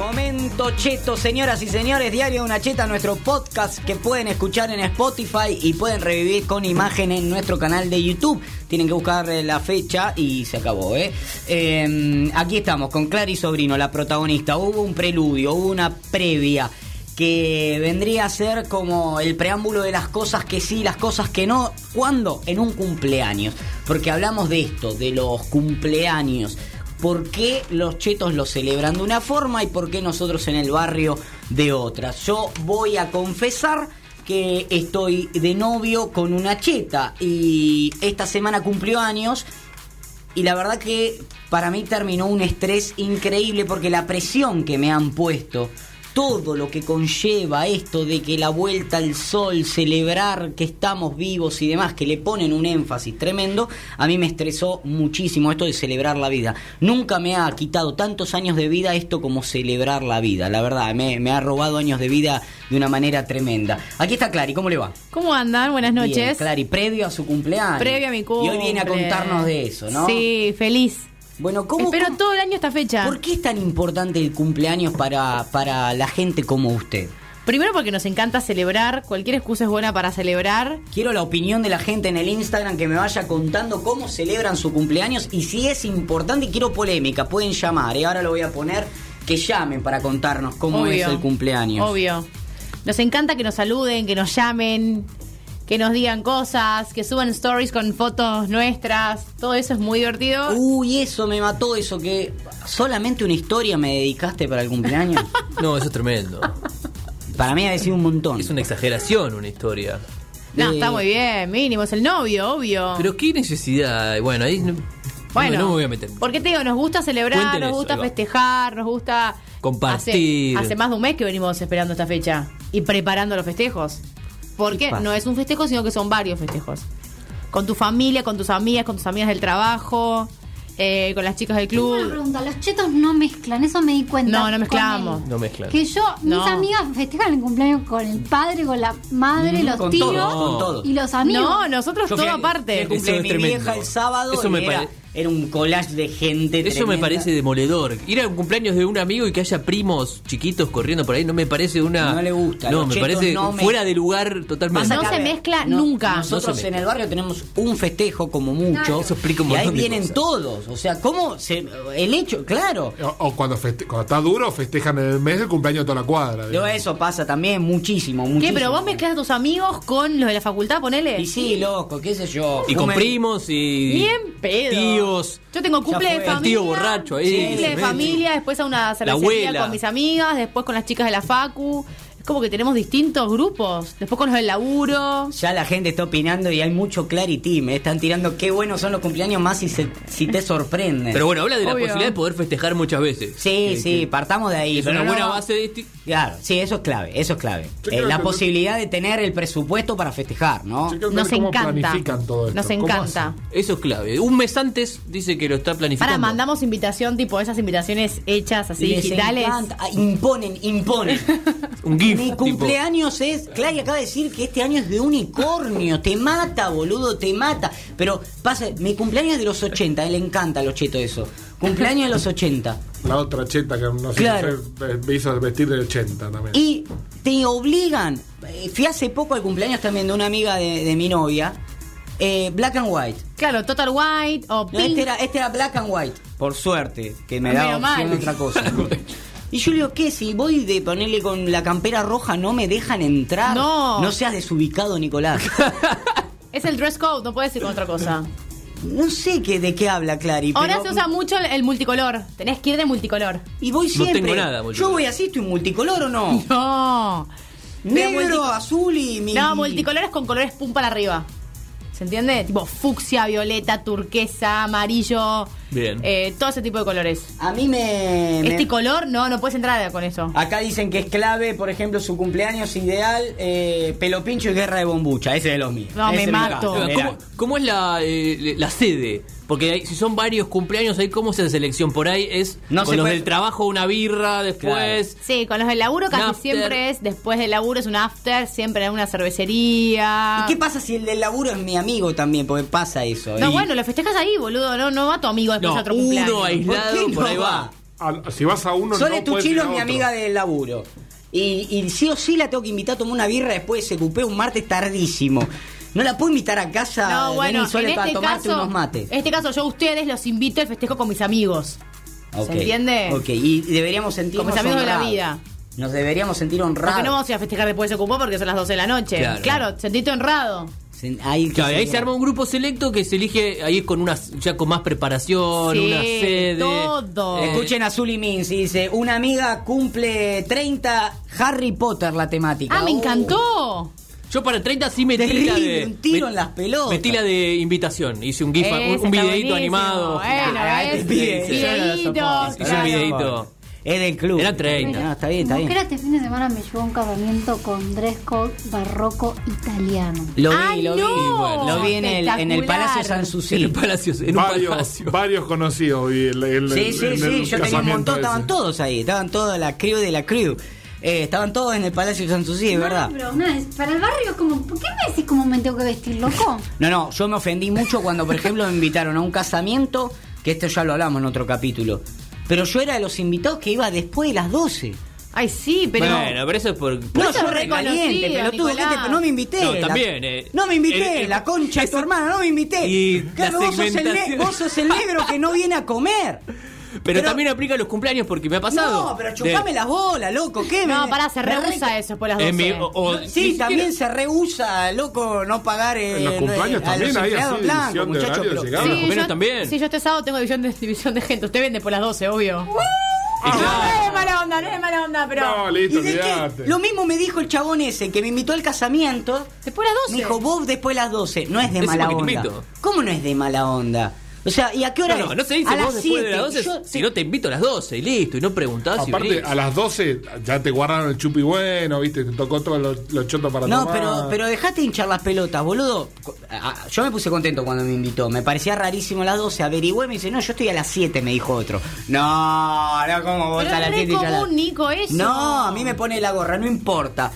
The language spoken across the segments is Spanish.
Momento cheto, señoras y señores, Diario de una Cheta, nuestro podcast que pueden escuchar en Spotify y pueden revivir con imagen en nuestro canal de YouTube. Tienen que buscar la fecha y se acabó, aquí estamos con Clary Sobrino, la protagonista. Hubo un preludio, hubo una previa que vendría a ser como el preámbulo de las cosas que sí, las cosas que no. ¿Cuándo? En un cumpleaños. Porque hablamos de esto, de los cumpleaños. ¿Por qué los chetos lo celebran de una forma y por qué nosotros en el barrio de otra? Yo voy a confesar que estoy de novio con una cheta y esta semana cumplió años y la verdad que para mí terminó un estrés increíble porque la presión que me han puesto, todo lo que conlleva esto de que la vuelta al sol, celebrar que estamos vivos y demás, que le ponen un énfasis tremendo, a mí me estresó muchísimo esto de celebrar la vida. Nunca me ha quitado tantos años de vida esto como celebrar la vida. La verdad, me ha robado años de vida de una manera tremenda. Aquí está Clary, ¿cómo le va? ¿Cómo andan? Buenas noches. Bien, Clary, previo a su cumpleaños. Previo a mi cumple. Y hoy viene a contarnos de eso, ¿no? Sí, feliz. Bueno, Espero todo el año esta fecha. ¿Por qué es tan importante el cumpleaños para la gente como usted? Primero porque nos encanta celebrar, cualquier excusa es buena para celebrar. Quiero la opinión de la gente en el Instagram, que me vaya contando cómo celebran su cumpleaños y si es importante. Quiero polémica, pueden llamar, ahora lo voy a poner, que llamen para contarnos cómo es el cumpleaños. Obvio. Nos encanta que nos saluden, que nos llamen, que nos digan cosas, que suban stories con fotos nuestras. Todo eso es muy divertido. Uy, eso me mató, eso que solamente una historia me dedicaste para el cumpleaños. No, eso es tremendo. Para mí ha sido un montón. Es una exageración una historia. No, está muy bien, mínimo, es el novio, obvio. Pero qué necesidad. Bueno, ahí no me voy a meter. Porque te digo, nos gusta celebrar, Cuenten nos eso, gusta ahí va. festejar, nos gusta compartir. Hace más de un mes que venimos esperando esta fecha y preparando los festejos. Porque no es un festejo, sino que son varios festejos. Con tu familia, con tus amigas del trabajo, con las chicas del club. Tengo una pregunta, los chetos no mezclan, eso me di cuenta. No mezclamos. No mezclan. Que mis amigas festejan el cumpleaños con el padre, con la madre, los tíos con todo. y los amigos. No, nosotros todo aparte. El cumpleaños de mi vieja el sábado eso me era un collage de gente Eso tremenda. me parece demoledor. Ir a un cumpleaños de un amigo y que haya primos chiquitos corriendo por ahí no me parece una... No le gusta. No, Los me chetos parece no fuera de lugar totalmente. No se mezcla nunca. Nosotros No se en el barrio tenemos un festejo como mucho. Claro. Eso explica un y ahí montón de vienen cosas. todos. O sea, ¿cómo el hecho? Claro. O cuando está duro, festejan en el mes del cumpleaños de toda la cuadra. Yo, eso pasa también muchísimo. ¿Qué? ¿Pero vos mezclás a tus amigos con los de la facultad, ponele? Y sí, loco, qué sé yo. Y con Comen- primos y... Bien pedo. Tíos. Yo tengo cumple Ya de fue. familia. El tío borracho ahí. Cumple de familia, después a una cervecería abuela. con mis amigas, después con las chicas de la facu. Es como que tenemos distintos grupos. Después con los del laburo. Ya la gente está opinando y hay mucho clarity. Me están tirando qué buenos son los cumpleaños más si te sorprenden. Pero bueno, habla de la Obvio. posibilidad de poder festejar muchas veces. Sí, partamos de ahí. Es pero una no- buena base de... Claro, sí, eso es clave, eso es clave. Yo creo La que- posibilidad de tener el presupuesto para festejar, ¿no? Yo quiero Nos ver cómo encanta. planifican todo esto. Nos ¿Cómo encanta. hacen? Eso es clave. Un mes antes dice que lo está planificando. Para, mandamos invitación, tipo esas invitaciones hechas así Les digitales. encanta. Ah, imponen. Un GIF. Mi tipo. cumpleaños es... Clary acaba de decir que este año es de unicornio. Te mata, boludo, te mata. Pero pasa, mi cumpleaños es de los 80. A él le encanta a los chetos eso. Cumpleaños de los 80. La otra cheta que no sé, Claro. me hizo vestir del 80 también. Y te obligan. Fui hace poco al cumpleaños también de una amiga de mi novia. Black and White. Claro, Total White o No, Pink. este era Black and White. Por suerte, que me Medio da opción mal. otra cosa. Y yo le digo, ¿qué? Si voy de ponerle con la campera roja, no me dejan entrar. No. No seas desubicado, Nicolás. Es el dress code, no puedes ir con otra cosa. No sé de qué habla Clary. Ahora pero- se usa mucho el multicolor. Tenés que ir de multicolor. Y voy No siempre. tengo nada, Yo multicolor. voy así, estoy multicolor o no. No. Negro, azul y mi. No, multicolores con colores pum para arriba. ¿Se entiende? Tipo fucsia, violeta, turquesa, amarillo. Bien. Todo ese tipo de colores. A mí me. Este color, no puedes entrar con eso. Acá dicen que es clave, por ejemplo, su cumpleaños ideal, pelo pincho y guerra de bombucha. Ese es de los míos. No, Ese me mato. encanta. Mirá. ¿Cómo es la sede? Porque si son varios cumpleaños, ahí ¿cómo se hace selección? Por ahí es No con se los puede- del trabajo una birra, después... Sí, con los del laburo Un casi after. siempre es, después del laburo es un after, siempre en una cervecería. ¿Y qué pasa si el del laburo es mi amigo también? Porque pasa eso. No, Y- bueno, lo festejas ahí, boludo, no va tu amigo después No, a otro cumpleaños. uno aislado, ¿Por qué por no ahí va. si vas a uno, Sole no puedes ir Tuchilo a es mi otro. amiga del laburo. Y sí o sí la tengo que invitar a tomar una birra después de SQP un martes tardísimo. No la puedo invitar a casa, No, bueno, vení, Sole, en para este tomarte caso, unos mates. en este caso yo a ustedes los invito al festejo con mis amigos. Ok, ¿Se entiende? Ok, y deberíamos sentirnos Con mis amigos de la honrados. vida. Nos deberíamos sentir honrados. Porque no vamos a ir a festejar después de SQP porque son las 12 de la noche. Claro. Sentite honrado. Ahí, Claro, y ahí se arma un grupo selecto que se elige ahí con ya con más preparación, Sí, una sede. todo. Escuchen a Zully Mins y dice: una amiga cumple 30, Harry Potter la temática. ¡Ah, me encantó! Yo para el 30 sí metí Terrible, la de. un tiro en las pelotas. Metí la de invitación. Hice un GIF, Ese un está videíto buenísimo. animado. Bueno, ¿ves? Videitos. Hice un videíto. Es del club. Era 30. No, está bien, está Como que bien. era este fin de semana me llevó a un casamiento con dress code barroco italiano. Lo vi, ¡Ay, lo vi. no! Lo vi en el Espectacular. Palacio Sanssouci. En un palacio. Varios conocidos. Y Sí, sí, sí, yo tenía un montón, ese. estaban todos ahí, estaban toda la crew de la crew. Estaban todos en el Palacio Sanssouci, es verdad. Pero una vez, para el barrio es como, ¿por qué me decís cómo me tengo que vestir, loco? No, yo me ofendí mucho cuando, por ejemplo, me invitaron a un casamiento, que esto ya lo hablamos en otro capítulo. Pero yo era de los invitados que iba después de las 12. Ay, sí, pero... Bueno, pero eso es por. No, eso yo es recaliente, reconocido, pelotudo, Nicolás. gente, pero no me invité. No, también, No me invité, el- la concha de tu eso- hermana, no me invité. Y Claro, la vos sos, segmentación. vos sos el negro que no viene a comer. Pero también aplica a los cumpleaños porque me ha pasado. No, pero chupame las bolas, loco, ¿qué? No, pará, se rehúsa eso después de las 12. No, sí, también se rehúsa, loco, no pagar En los cumpleaños a también los hay empleados así, blancos, división de muchachos, horario pero- de llegada. los cumpleaños también. Sí, yo este sábado tengo división de gente. Usted vende por las 12, obvio. Y No claro. es mala onda, no es mala onda, pero... No, listo, ¿Y de qué? olvidate. Lo mismo me dijo el chabón ese que me invitó al casamiento. Después de las 12. Me dijo, vos después de las 12. No es de Ese mala porque te onda. invito. ¿Cómo no es de mala onda? O sea, ¿y a qué hora es? No se dice A las vos después de 7. las 12, Yo- si no te invito a las 12 y listo, y no preguntás y Aparte, venís. a las 12 ya te guardaron el chupi bueno, ¿viste? Te tocó todo lo choto para No, tomar. pero dejate hinchar las pelotas, boludo. Yo me puse contento cuando me invitó. Me parecía rarísimo a las 12. Averigüé y me dice, no, yo estoy a las 7, me dijo otro. No, ¿cómo vos Pero a las es 7 re y yo a las- común, Nico, eso. No, a mí me pone la gorra, no importa.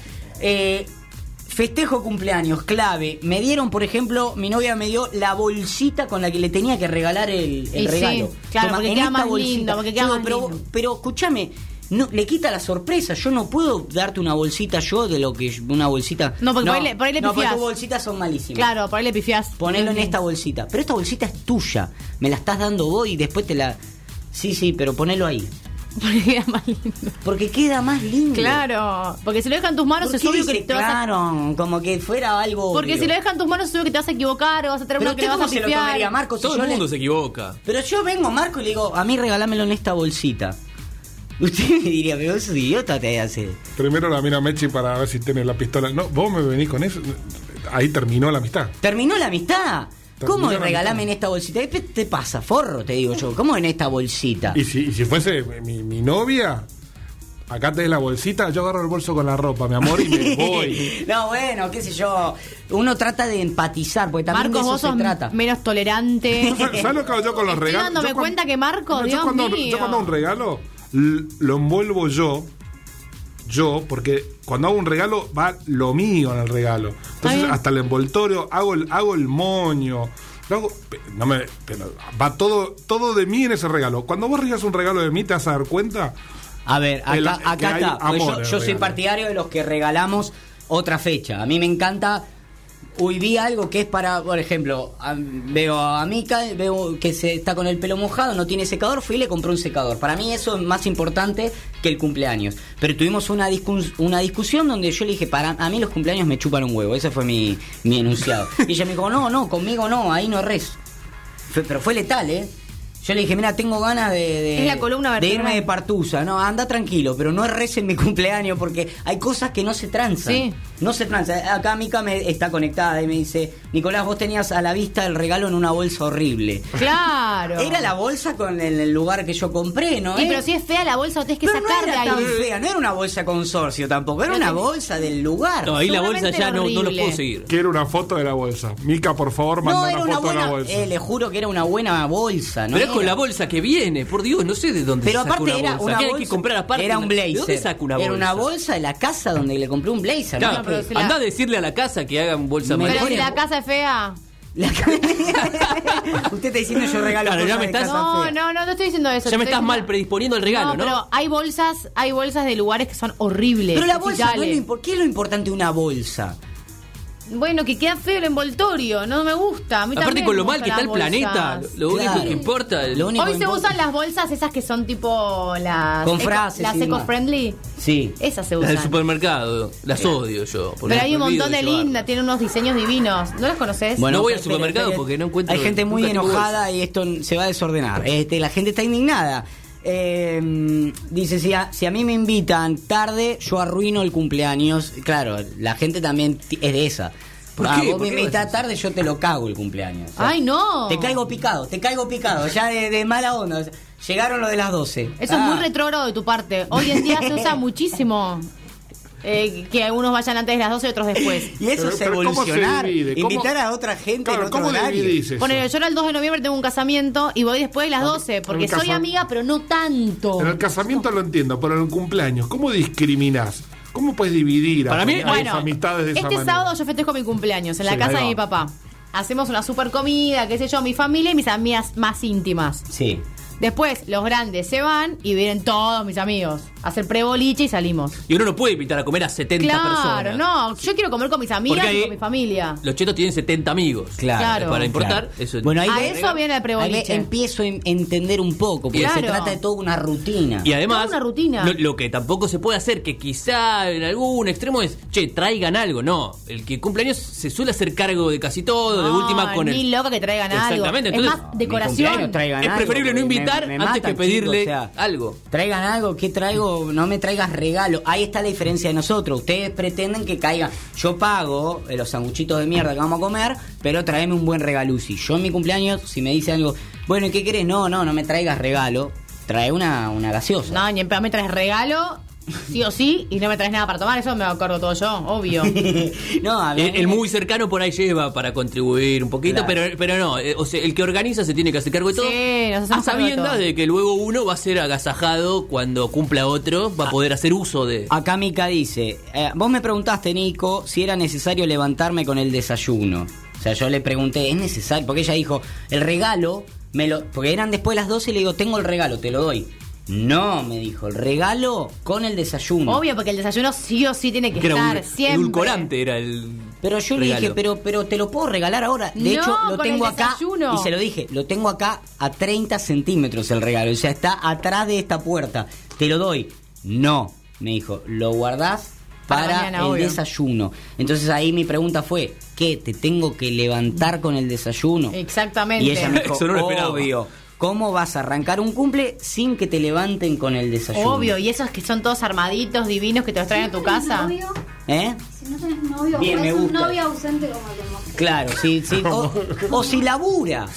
Festejo cumpleaños, clave. Me dieron, por ejemplo, mi novia me dio la bolsita con la que le tenía que regalar el Y sí, regalo. claro, porque en queda esta más bolsita. lindo, porque queda Yo, más pero, lindo. pero escúchame, no, le quita la sorpresa. Yo no puedo darte una bolsita yo de lo que una bolsita. No, porque por ahí le no, porque pifiás. tus bolsitas son malísimas. Claro, por ahí le pifiás. Ponelo en esta bolsita. Pero esta bolsita es tuya. Me la estás dando vos y después te la. Sí, pero ponelo ahí. Porque queda más lindo. Porque queda más lindo. Claro, porque si lo dejan en tus manos ¿Por es qué obvio que dice te vas a... claro? Como que fuera algo. Porque obvio. si lo dejan en tus manos es obvio que te vas a equivocar o vas a tener Pero uno que le usted vas a cómo se lo pifiar. tomaría, Marco, si Todo yo el le- mundo se equivoca. Pero yo vengo, Marco, y le digo, a mí regalámelo en esta bolsita. Usted me diría, pero eso es idiota te hace. Primero la mira Mechi para ver si tiene la pistola. No, vos me venís con eso. Ahí terminó la amistad. ¿Terminó la amistad? ¿Cómo Terminó la regalame amistad. en esta bolsita? ¿Qué te pasa, forro? Te digo yo. ¿Cómo en esta bolsita? Y si fuese mi novia, acá tenés la bolsita, yo agarro el bolso con la ropa, mi amor, y me voy. No, bueno, qué sé yo. Uno trata de empatizar, porque también Marcos, de vos eso sos se trata. menos tolerante. ¿Sabes lo que hago yo con los Estoy regalos? dándome Yo cuando- cuenta que Marcos, yo Dios cuando, mío. Yo cuando hago un regalo, lo envuelvo yo, porque cuando hago un regalo va lo mío en el regalo. Entonces bien. hasta el envoltorio, hago el moño. Lo hago, pero va todo de mí en ese regalo. Cuando vos regalas un regalo de mí, te vas a dar cuenta. A ver, acá, que acá hay está. Porque amor en el yo soy regalo. partidario de los que regalamos otra fecha. A mí me encanta. Hoy vi algo que es para, por ejemplo, veo a Mica, veo que se está con el pelo mojado, no tiene secador, fui y le compré un secador. Para mí eso es más importante que el cumpleaños. Pero tuvimos una discusión donde yo le dije, a mí los cumpleaños me chupan un huevo. Ese fue mi enunciado. Y ella me dijo, no, conmigo no, ahí no res. Pero fue letal, ¿eh? Yo le dije, mira, tengo ganas de Es la columna de vertebral. irme de partusa. No, anda tranquilo, pero no erres en mi cumpleaños porque hay cosas que no se transan. Sí. No se transan. Acá Mica está conectada y me dice, Nicolás, vos tenías a la vista el regalo en una bolsa horrible. Claro. Era la bolsa con el lugar que yo compré, ¿no? Sí, pero si es fea la bolsa, lo tenés que Pero sacar no de era ahí. tan fea, no era una bolsa consorcio tampoco, era Pero una tenés- bolsa del lugar. No, ahí la bolsa Seguramente ya era no lo horrible. puedo seguir. Quiero una foto de la bolsa. Mica, por favor, No, manda era una una foto de la buena, bolsa. le juro que era una buena bolsa, ¿no? Pero es con era- la bolsa que viene, por Dios, no sé de dónde Pero se saca aparte una era bolsa. una ¿Qué bolsa, hay que comprar aparte? era un blazer. ¿De dónde saca una bolsa? Era una bolsa de la casa donde le compré un blazer. Claro, ¿no? pero pero si la- andá a decirle a la casa que hagan bolsa Me- más Pero si Mejor la es- casa es fea. Usted está diciendo yo regalo Claro, cosas ya me de estás- casa No, fea. no estoy diciendo eso. Ya me Estoy estás mal diciendo- predisponiendo el regalo, ¿no? Pero hay bolsas de lugares que son horribles. Pero la bolsa, Dale. ¿qué es lo importante de una bolsa? Bueno, que queda feo el envoltorio, no me gusta. A mí Aparte también con me lo mal que está gustan el las planeta, bolsas. lo único Claro. que importa... Lo único Hoy que se importa- usan las bolsas esas que son tipo las Con frases las y demás. eco-friendly. Sí. Esas se Las usan. del supermercado, las odio yo. porque Pero hay un me olvido montón de llevarlas. lindas, tienen unos diseños divinos. ¿No las conoces? No voy al espere, supermercado espere. porque no encuentro- Hay gente muy nunca tengo enojada y esto se va a desordenar. La gente está indignada. Dice, si a mí me invitan tarde, yo arruino el cumpleaños. Claro, la gente también es de esa. ¿Por qué? Vos ¿Por me qué invitas vas tarde, yo te lo cago el cumpleaños. O sea, Ay, no. Te caigo picado, ya de mala onda. O sea, llegaron lo de las 12. Eso es muy retrógrado de tu parte. Hoy en día se usa muchísimo que algunos vayan antes de las 12 y otros después. Y eso es Pero ¿cómo se evolucionar. divide? ¿Cómo- Invitar a otra gente Claro, en otro ¿cómo horario. dividís eso? Ponele, yo era el 2 de noviembre, tengo un casamiento y voy después de las 12, porque un soy amiga, pero no tanto. En el casamiento lo entiendo, pero en el cumpleaños, ¿cómo discriminás? ¿Cómo puedes dividir Para mí- a tus Bueno, amistades de esa este manera? sábado yo festejo mi cumpleaños en la Sí, casa ahí de va. mi papá. Hacemos una super comida, qué sé yo, mi familia y mis amigas más íntimas. Sí. Después los grandes se van y vienen todos mis amigos a hacer preboliche y salimos. Y uno no puede invitar a comer a 70 Claro, personas. no, yo quiero comer con mis amigas Porque ahí- y con mi familia. Los chetos tienen 70 amigos. Claro. Para importar, Claro. eso Bueno, ahí A ve- eso viene el preboliche. ahí empiezo a entender un poco, porque Claro. se trata de toda una rutina. Y además, Toda una rutina. Lo que tampoco se puede hacer, que quizá en algún extremo es, che, traigan algo. No, el que cumpleaños se suele hacer cargo de casi todo, de No, última con ni el... loca que traigan algo. Exactamente, Es entonces, más, Mi decoración. cumpleaños traigan Es algo, preferible no porque invitar antes que matan, pedirle chicos, o sea, algo. Traigan algo, ¿qué traigo? No me traigas regalo. Ahí está la diferencia de nosotros. Ustedes pretenden que caigan. Yo pago los sanguchitos de mierda que vamos a comer, pero tráeme un buen regaluci. Yo en mi cumpleaños, si me dice algo, bueno, ¿y qué querés? No me traigas regalo. Trae una gaseosa. No, ni en pedo me traes regalo, sí o sí, y no me traes nada para tomar, eso me acuerdo todo yo, obvio. No, a ver, El muy cercano por ahí lleva para contribuir un poquito, Claro. pero no, o sea, el que organiza se tiene que hacer cargo de todo. Sí, nos hacemos a cargo de sabiendas todo. de que luego uno va a ser agasajado cuando cumpla otro, va a poder hacer uso de... Acá Mica dice, vos me preguntaste, Nico, si era necesario levantarme con el desayuno. O sea, yo le pregunté, ¿es necesario? Porque ella dijo, el regalo, porque eran después de las 12 y le digo, tengo el regalo, te lo doy. No, me dijo, el regalo con el desayuno. Obvio, porque el desayuno sí o sí tiene que que era estar, un siempre. edulcorante, era el... Pero yo le regalo. dije, pero te lo puedo regalar ahora. De No, hecho, lo con tengo el acá. desayuno. Y se lo dije, lo tengo acá a 30 centímetros el regalo. O sea, está atrás de esta puerta. Te lo doy. No, me dijo, lo guardás Para para mañana, el obvio. desayuno. Entonces ahí mi pregunta fue, ¿qué? ¿Te tengo que levantar con el desayuno? Exactamente. Y ella me dijo, Eso no lo esperaba. obvio. ¿Cómo vas a arrancar un cumple sin que te levanten con el desayuno? Obvio, y esos que son todos armaditos, divinos, que te los traen a tu casa. Novio, ¿Eh? si no tenés novio, Bien, me es un gusta. novio ausente como el de Mosca. Claro, sí. O si labura.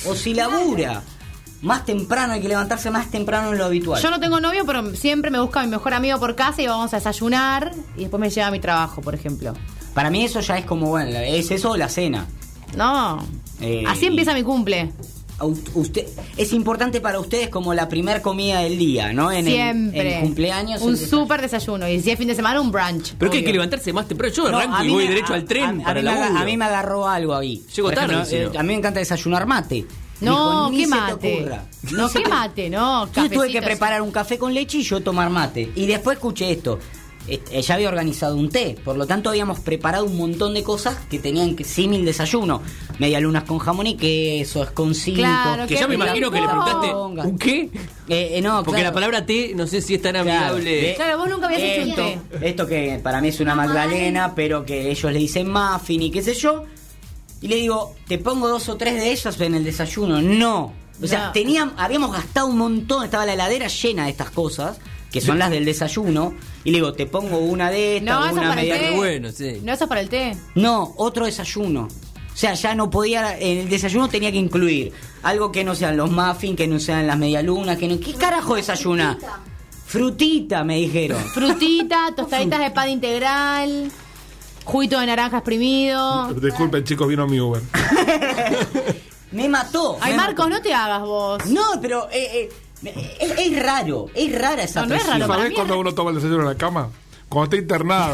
Más temprano, hay que levantarse más temprano de lo habitual. Yo no tengo novio, pero siempre me busca mi mejor amigo por casa y vamos a desayunar y después me lleva a mi trabajo, por ejemplo. Para mí eso ya es como, bueno, es eso o la cena. No. Así empieza mi cumple. Usted, es importante para ustedes como la primer comida del día, ¿no? Siempre. En el cumpleaños. Un el desayuno. súper desayuno. Y si es fin de semana, un brunch. Pero que hay obvio. que levantarse más temprano. Yo No, arranco a y mí voy me- derecho al tren para el laburo. A mí me agarró algo ahí. Llego Por tarde, ejemplo, si no. a mí me encanta desayunar mate. No, Dijo, ni qué se te mate. ocurra. No, Ni se qué te- mate, no. Entonces tuve que cafecitos. preparar un café con leche y yo tomar mate. Y después escuché esto. Ella había organizado un té, por lo tanto habíamos preparado un montón de cosas que tenían que símil desayuno. Medialunas con jamón y queso, esconcito. Claro, Que qué ya me imagino que le rico. preguntaste, ¿un qué? No, Porque claro. la palabra té no sé si es tan Claro, amigable. de- Claro, vos nunca habías hecho un té. Esto que para mí es una magdalena, pero que ellos le dicen muffin y qué sé yo. Y le digo, te pongo 2 o 3 de ellas en el desayuno. No. O sea, No. habíamos gastado un montón, estaba la heladera llena de estas cosas, que son las del desayuno. Y le digo, te pongo una de estas, No, eso una para el media. té. bueno, sí. No, eso es para el té. No, otro desayuno. O sea, ya no podía, en el desayuno tenía que incluir algo que no sean los muffins, que no sean las medialunas, que no... ¿Qué carajo desayuna? Frutita, me dijeron. Frutita, tostaditas de pan integral, juguito de naranja exprimido. Disculpen, chicos, vino mi Uber. Me mató. Ay, me Marcos, mató. no te hagas vos. No, pero es raro, es rara esa No, no es presión. raro. Para ¿Sabés mí cuando es- uno toma el desayuno en la cama? Cuando está internado.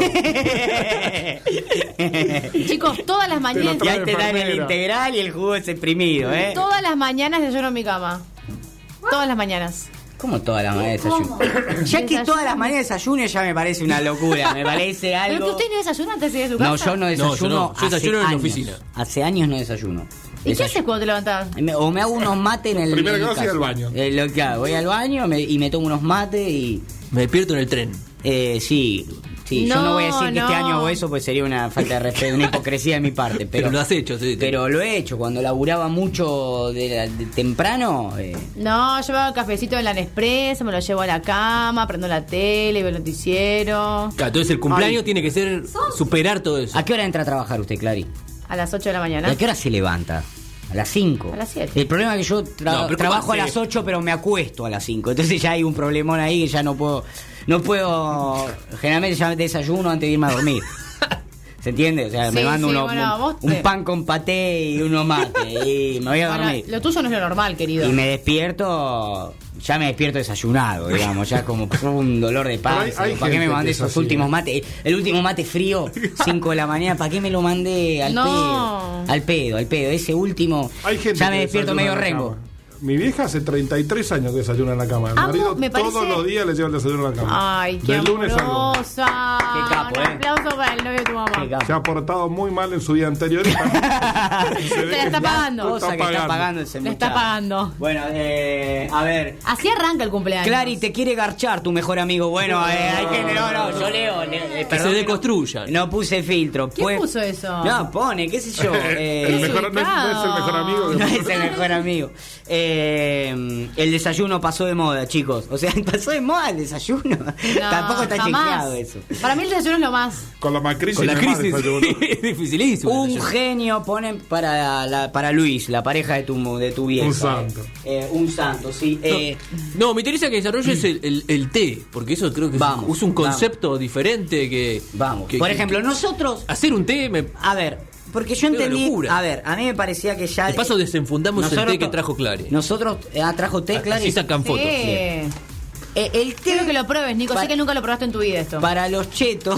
Chicos, todas las Te mañanas. lo Y trae ahí te dan el enfermera. integral y el jugo exprimido, ¿eh? Todas las mañanas desayuno en mi cama. Todas las mañanas. ¿Cómo todas las mañanas desayuno? Ya que todas las mañanas desayuno ya me parece una locura, me parece Pero algo... que usted no desayuna antes de ir a su casa. No, yo no desayuno. No, yo desayuno hace en la años. oficina. Hace años no desayuno. ¿Y qué haces cuando te levantás? O me hago unos mates en el. Primero en que mi vas a ir casa. al baño. Lo que hago, voy al baño y me tomo unos mates y. Me despierto en el tren. Sí. Sí, yo No, no voy a decir que este no. año hago eso, pues sería una falta de respeto, una hipocresía de mi parte. Pero Lo has hecho, sí. Pero lo he hecho. Cuando laburaba mucho de temprano. No, yo hago el cafecito en la Nespresso, me lo llevo a la cama, prendo la tele, veo el noticiero. Claro, entonces el cumpleaños Ay. tiene que ser superar todo eso. ¿A qué hora entra a trabajar usted, Clary? A las 8 de la ¿Y mañana. a qué hora se levanta? A las 5. A las 7. El problema es que yo No, pero trabajo ¿cómo a hace? las 8, pero me acuesto a las 5. Entonces ya hay un problemón ahí que ya no puedo. Generalmente ya desayuno antes de irme a dormir. ¿Se entiende? O sea, Sí, me mando sí, bueno, vos un te- pan con paté y unos mates. Y me voy a Bueno, dormir. lo tuyo no es lo normal, querido. Y me despierto. Ya me despierto desayunado, digamos. Ya como un dolor de panza. Pero hay ¿Para qué me gente mandé que es esos así, últimos ¿eh? mates? El último mate frío, 5 de la mañana. ¿Para qué me lo mandé al No. pedo? Al pedo. Ese último. Hay gente Ya me que despierto desayuna medio en la rengo. cama. Mi vieja hace 33 años que desayuna en la cama. El Amo, marido me parece- todos los días le lleva el desayuno a la cama. Ay, qué De lunes a lunes. amorosa. Qué capo, Un ¿eh? aplauso para el novio de tu mamá. Qué capo. Se ha portado muy mal en su día anterior. Te la está pagando. Cosa que está pagando ese Le está muchacho. pagando. Bueno, a ver. Así arranca el cumpleaños. Clary, te quiere garchar tu mejor amigo. Bueno, hay que. No, yo leo. Perdón se que deconstruyan. No puse filtro. ¿Quién puso eso? No, pone, qué sé yo. El mejor, no es el mejor amigo. No es el mejor amigo. El desayuno pasó de moda, chicos. O sea, pasó de moda el desayuno. No, Tampoco está jamás. chequeado eso. Para mí el desayuno es lo más. Con la macrisis. Con la no es más crisis desayuno. es dificilísimo. el Un desayuno. genio ponen para Luis, la pareja de tu vieja. Un santo. Un santo, sí. No, me interesa que desarrolles el té, porque eso creo que Vamos, es un concepto diferente que... Vamos. que- Por que- ejemplo, nosotros. Hacer un té, A ver, porque yo Es una entendí. locura. A ver, a mí me parecía que ya. de paso desenfundamos el té que trajo Clary. Nosotros. Trajo té, Clary. Así sacan fotos. Sí. El té. Quiero que lo pruebes, Nico. Pa- Sé que nunca lo probaste en tu vida esto. Para los chetos.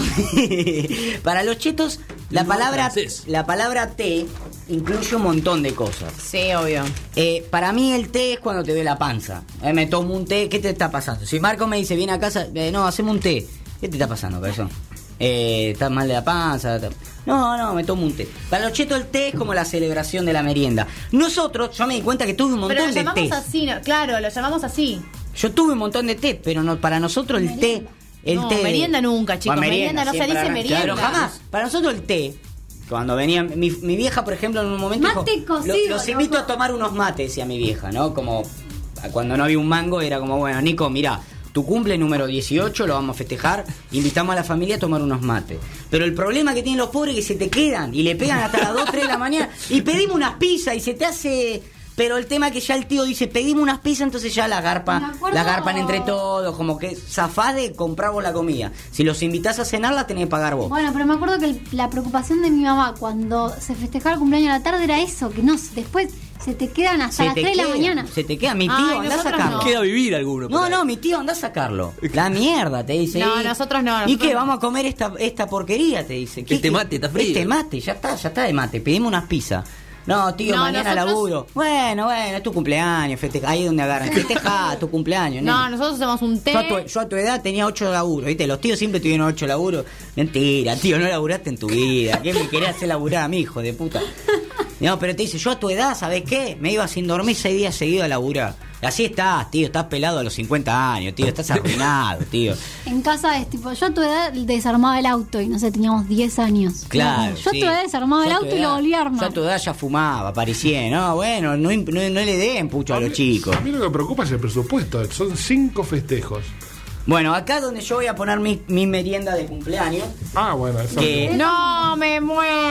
Para los chetos, la No, palabra. francés. La palabra té incluye un montón de cosas. Sí, obvio. Para mí el té es cuando te ve la panza. Me tomo un té, ¿qué te está pasando? Si Marco me dice, viene a casa, no, hacemos un té. ¿Qué te está pasando, cabezón? ¿Estás mal de la panza? No, me tomo un té. Para los chetos el té es como la celebración de la merienda. Nosotros, yo me di cuenta que tuve un Pero montón lo de llamamos té. así, ¿no? Claro, lo llamamos así. Yo tuve un montón de té, pero no, para nosotros el té... No, merienda nunca, chicos. Bueno, Merienda no se para dice arrancar. merienda. Pero jamás. Para nosotros el té, cuando venía... Mi vieja, por ejemplo, en un momento Mate dijo... cocido, Los invito loco". a tomar unos mates, decía mi vieja, ¿no? Como cuando no había un mango, era como, bueno, Nico, mirá, tu cumple número 18, lo vamos a festejar, invitamos a la familia a tomar unos mates. Pero el problema que tienen los pobres es que se te quedan y le pegan hasta las 2, 3 de la mañana y pedimos unas pizzas y se te hace... Pero el tema es que ya el tío dice, pedimos unas pizzas, entonces ya Me acuerdo- la garpan entre todos, como que zafás de comprar vos la comida. Si los invitás a cenar, la tenés que pagar vos. Bueno, pero me acuerdo que la preocupación de mi mamá cuando se festejaba el cumpleaños a la tarde era eso, que no, después se te quedan hasta las 3 de la mañana. Se te queda, mi tío, Ay, andá a nosotros sacarlo. no. Queda vivir alguno. por ahí. Mi tío, anda a sacarlo. La mierda, te dice. No, Y- nosotros no, ¿Y nosotros qué? no. Vamos a comer esta porquería, te dice. ¿Qué- Este qué? mate está frío. Este mate, ya está de mate. Pedimos unas pizzas. No, tío, No, mañana nosotros- laburo. Bueno, es tu cumpleaños, ahí es donde agarran. Festejá tu cumpleaños, No, nene. nosotros hacemos un té. Yo a tu edad tenía 8 laburos, ¿viste? Los tíos siempre tuvieron 8 laburos. Mentira, tío, no laburaste en tu vida. ¿Qué me querés hacer laburar a mi hijo de puta? No, pero te dice, yo a tu edad, ¿sabés qué? Me iba sin dormir 6 días seguidos a laburar. Así estás, tío, estás pelado a los 50 años, tío, estás arruinado, tío. En casa es tipo, yo a tu edad desarmaba el auto y no sé, teníamos 10 años. Claro. Yo sí. a tu edad desarmaba el Yo a tu auto y lo edad- volví a Yo armar. a tu edad ya fumaba, parecía, no, bueno, no le den pucho a los chicos. A mí lo que me preocupa es el presupuesto. Son 5 festejos. Bueno, acá donde yo voy a poner mi merienda de cumpleaños, Ah, bueno, eso. que No, me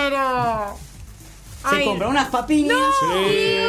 muero. se Ay. compra unas papiñas, Sí.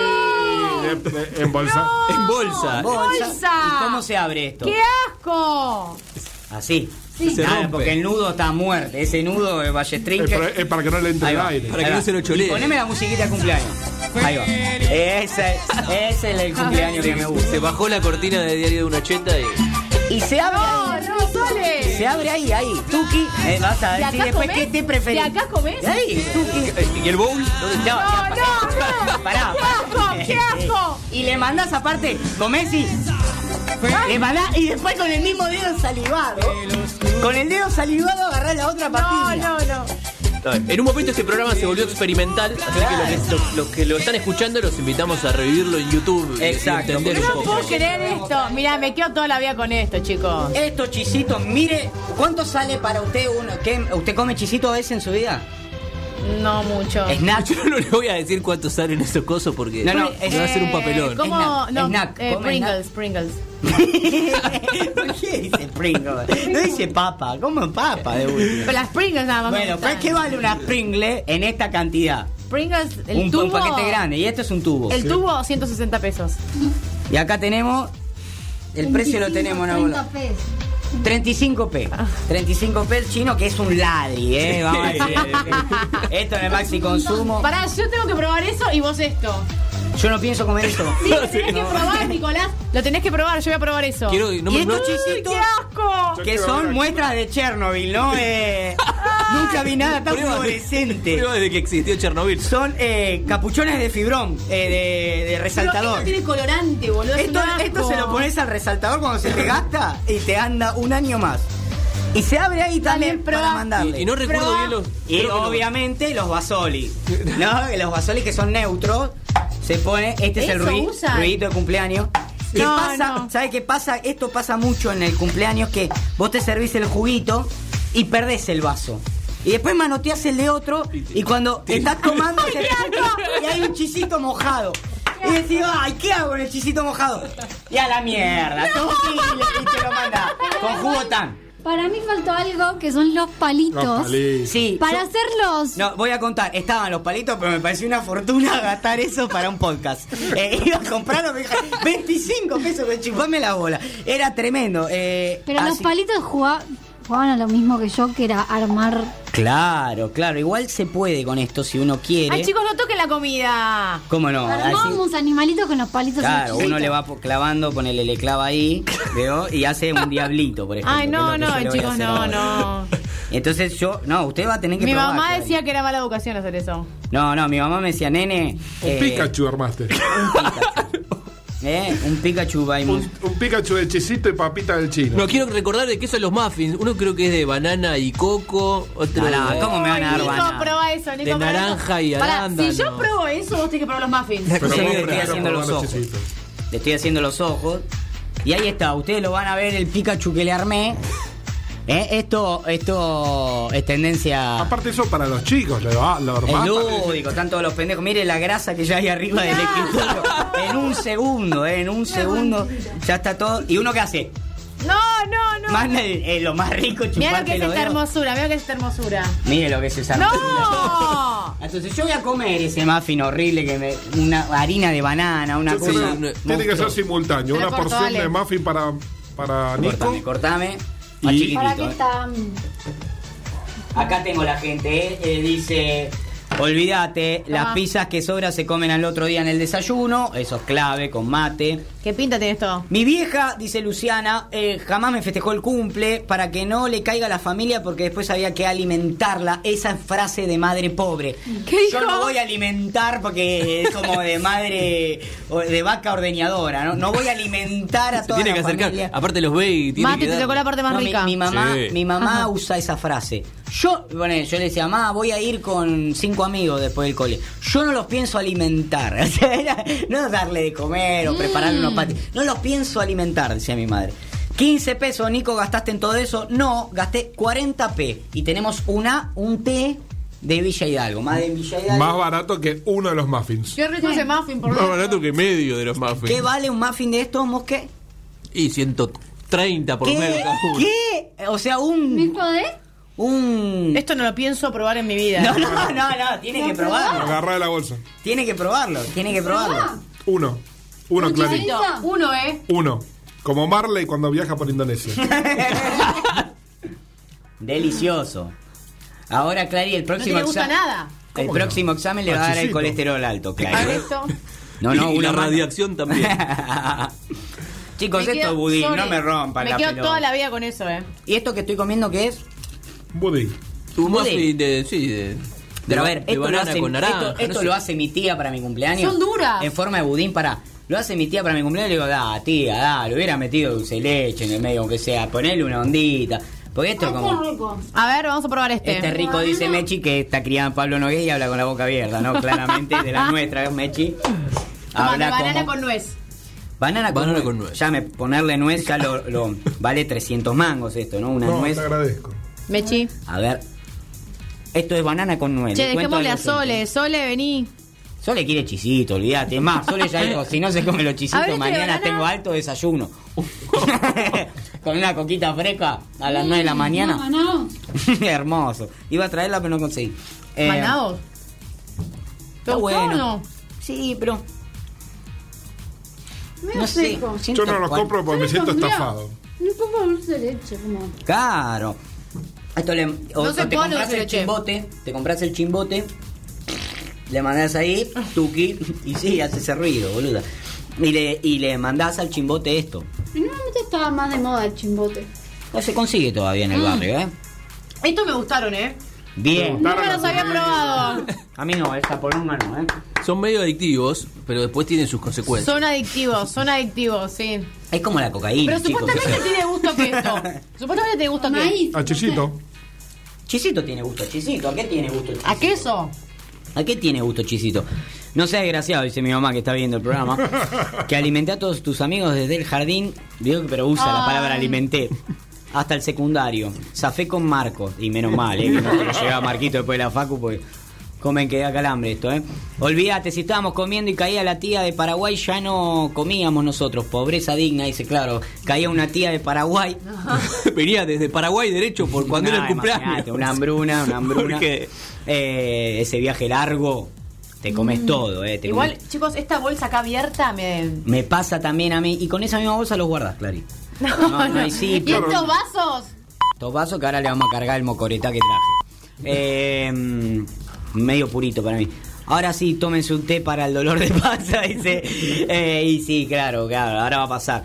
En bolsa. En bolsa. Bolsa. ¿Y cómo se abre esto? ¡Qué asco! Así. Se Nada, rompe. porque el nudo está muerto. Ese nudo de Ballestrinque. Es para que no le entre Ahí el va. aire. Para que no se lo cholee. Y poneme la musiquita de cumpleaños. Ahí va. Ese es el cumpleaños que me gusta. Se bajó la cortina de Diario de una Cheta y... Y se abre. ¡No, no, Sole! se abre ahí, Tuki, vas a ¿De decir acá después comés? qué te preferís. ¿De acá comés? De ahí, Tuki. ¿Y el bowl? ¿Dónde está? No. Pará. ¡Qué asco! Y le mandás aparte, comés y... Le mandás y después con el mismo dedo salivado. Con el dedo salivado agarrás la otra papilla. No. En un momento este programa se volvió experimental, así que los que lo están escuchando los invitamos a revivirlo en YouTube. Exacto. Y entender No un puedo poco. creer esto. Mirá, me quedo toda la vida con esto, chicos. Estos chisitos, mire, ¿cuánto sale para usted uno? ¿Usted come chisito a veces en su vida? No mucho. Snack. Yo no le voy a decir cuánto salen esos cosos porque No, no, va a ser un papelón. ¿Cómo? Snack, No, snack, come Pringles. ¿Por qué dice Pringles? No dice papa, ¿cómo papa de última? Pero las Pringles nada más. Bueno, pues ¿qué vale una Pringle en esta cantidad? Pringles, el Un tubo. paquete grande y este es un tubo. El tubo, 160 pesos. Y acá tenemos, el precio lo tenemos, ¿no? 30 pesos. 35p. 35p chino, que es un ladri, vamos a decir. Esto en el maxi consumo. Pará, yo tengo que probar eso y vos esto. Yo no pienso comer esto. Sí, lo tenés que probar, Nicolás. Lo tenés que probar, yo voy a probar eso. Quiero, no, Y no- estos chisitos ¡Qué asco! que son muestras de Chernobyl, ¿no? Nunca vi nada tan Prueba de- fluorescente. prueba de que existió Chernobyl. Son capuchones de fibrón, de Pero resaltador. esto tiene colorante, boludo. es Esto, un asco. esto se lo pones al resaltador cuando se te gasta y te anda un año más. Y se abre ahí también para probá. mandarle. Y no recuerdo Probá. bien los. Y creo que no. obviamente los basoli. ¿No? Los basoli que son neutros. Se pone, este es el ¿Eso usan? ruidito de cumpleaños. ¿Qué No, pasa? no. ¿Sabe qué pasa? Esto pasa mucho en el cumpleaños, que vos te servís el juguito y perdés el vaso. Y después manoteás el de otro y cuando estás tomando se te- y hay un chisito mojado. Y decís, ay, ¿qué hago con el chisito mojado? Y a la mierda, todo y te lo manda con jugo tan. Para mí faltó algo que son los palitos. Los palitos. Sí. Para yo- hacerlos. No, voy a contar, estaban los palitos, pero me pareció una fortuna gastar eso para un podcast. Iba a comprarlo, me dije, 25 pesos, que chupame la bola. Era tremendo. Pero los así- palitos jugaban a lo mismo que yo, que era armar. Claro, igual se puede con esto si uno quiere. Ay, chicos, no toquen la comida. ¿Cómo no? Así- Armábamos animalitos con los palitos. Claro, chiquitos. uno le va clavando, ponele, le clava ahí, ¿veo? Y hace un diablito, por ejemplo. Ay, que no, es lo que no, yo le voy a chicos, hacer no, ahora. no. Entonces usted va a tener que Mi probar, mamá Clary. decía que era mala educación hacer eso. No, mi mamá me decía, nene. Un Pikachu armaste. Un Pikachu vamos. Un Pikachu de chisito y papita del chino. No quiero recordar de qué son los muffins. Uno creo que es de banana y coco. Otro No, de- ¿cómo me van a dar Nico, banana? prueba eso, Nico. De prueba naranja eso. y Pará, arándano. si yo pruebo eso, vos tenés que probar los muffins. Pero Sí, vos le estoy prefiero haciendo los probar ojos. chisitos. Le estoy haciendo los ojos. Y ahí está, ustedes lo van a ver el Pikachu que le armé. Esto es tendencia. Aparte eso para los chicos, lo Es armás. lúdico, están todos los pendejos. Mire la grasa que ya hay arriba del escritorio. En un segundo, ya está todo. ¿Y uno qué hace? No. Manda lo más rico, Mira lo chuparte que es los esta dedos. hermosura, mira lo que es esta hermosura. Mire lo que es esa hermosura. ¡No! Entonces yo voy a comer ese muffin horrible una harina de banana, una Sí, cosa. pero tiene que ser monstruosa. simultáneo. Te lo Una corto, porción dale. de muffin para Nico. Cortame. Más Y- chiquitito, ¿Para qué está? Acá tengo la gente, dice, olvídate, las Tomá. pizzas que sobran se comen al otro día en el desayuno, eso es clave, con mate. ¿Qué pinta tiene esto? Mi vieja, dice Luciana, jamás me festejó el cumple para que no le caiga a la familia porque después había que alimentarla. Esa frase de madre pobre. ¿Qué Yo dijo? no voy a alimentar porque es como de madre, de vaca ordeñadora, ¿no? No voy a alimentar a Se toda tiene que la acercar. familia. Aparte los ve y tiene Mate, que te dar. tocó la parte más No, rica. mi mamá, Sí. mi mamá Ajá. usa esa frase. Yo le decía, mamá, voy a ir con 5 amigos después del cole. Yo no los pienso alimentar. O sea, no darle de comer o prepararle unos patis. No los pienso alimentar, decía mi madre. 15 pesos, Nico, ¿gastaste en todo eso? No, gasté 40p. Y tenemos un té de Villa Hidalgo. Más de Villa Hidalgo. Más barato que uno de los muffins. Qué rico ese muffin, por Más favor. barato que medio de los muffins. ¿Qué vale un muffin de estos, Mosque? Y 130 por ¿Qué? medio cada uno. ¿Qué? O sea, ¿Mismo de? Esto no lo pienso probar en mi vida. No, tiene que probarlo. Agarrá de la bolsa. Tiene que probarlo. Uno, Un Clarín. chorrito. Uno, Uno. Como Marley cuando viaja por Indonesia. Delicioso. Ahora, Clary, el No próximo te gusta examen. nada. El ¿Cómo que próximo examen le va a dar el Machisito. colesterol alto, A ver Clary. esto. No, Y una la mano. radiación también. Chicos, Me esto quedo- es budín, sorry, no me rompan Me la quedo pelota. toda la vida con eso, ¿Y esto que estoy comiendo qué es? Budín. Tu Budín. muffin de Pero a ba- ver, de esto, lo banana hace, con naranja. esto no sé. lo hace mi tía para mi cumpleaños. Son duras. En forma de budín para... Lo hace mi tía para mi cumpleaños y le digo, tía, le hubiera metido dulce de leche en el medio, aunque sea, ponerle una ondita. Porque esto es como... rico. A ver, vamos a probar este. Este rico, dice Mechi, que está criada en Pablo Nogués y habla con la boca abierta, ¿no? Claramente de la nuestra, Mechi. Toma, de Habla banana como- con nuez. Banana con Banana nuez. con nuez. Ya ponerle nuez ya lo vale 300 mangos esto, ¿no? Una No, nuez. te agradezco. Mechi. A ver. Esto es banana con nuez. Che, Le cuento dejémosle a algo simple. Sole. Sole, vení. Sole quiere chisito, olvídate. Es más, Sole ya dijo, si no se come los A chisitos, ver, este de mañana banana. tengo alto desayuno. Con una coquita fresca a las 9 de la mañana. No. Hermoso. Iba a traerla, pero no conseguí. ¿Manao? ¿Te Está gustó bueno. o no? Sí, pero... Medio No sé. seco. siento Yo no los cual- compro porque me siento Pondría estafado. Un poco de dulce de leche, como. Claro. Esto le, No se te pone compras dulce de el leche. chimbote, te compras el chimbote, le mandás ahí, tuki, y sí, hace ese ruido, boluda. Y le mandás al chimbote esto. Y normalmente estaba más de moda el chimbote. No se consigue todavía en el barrio, ¿eh? Estos me gustaron, ¿eh? Bien. No me los había probado. A mí no, esta poronga no, ¿eh? Son medio adictivos, pero después tienen sus consecuencias. Son adictivos, sí. Es como la cocaína, Pero chicos. supuestamente tiene gusto que esto. Supuestamente tiene gusto que. Maíz. A Chisito. Chisito tiene gusto, Chisito. ¿A qué tiene gusto el Chisito? ¿A queso? ¿A qué tiene gusto Chisito? No sea desgraciado, dice mi mamá que está viendo el programa, que alimenté a todos tus amigos desde el jardín, digo, pero usa la palabra alimenté, hasta el secundario. Zafé con Marcos, y menos mal, que no se lo llevaba Marquito después de la facu, porque comen que da calambre esto, Olvídate, si estábamos comiendo y caía la tía de Paraguay, ya no comíamos nosotros. Pobreza digna, dice, claro, caía una tía de Paraguay. Venía desde Paraguay derecho por cuando era el cumpleaños. Imagínate, una hambruna. Porque Ese viaje largo, te comes todo, te Igual, comes- chicos, esta bolsa acá abierta me. Me pasa también a mí, y con esa misma bolsa los guardas, Clary. No hay ¿Y sitio. estos vasos? Estos vasos que ahora le vamos a cargar el mocoretá que traje. Medio purito para mí. Ahora sí, tómense un té para el dolor de panza, dice. Y sí, claro, ahora va a pasar.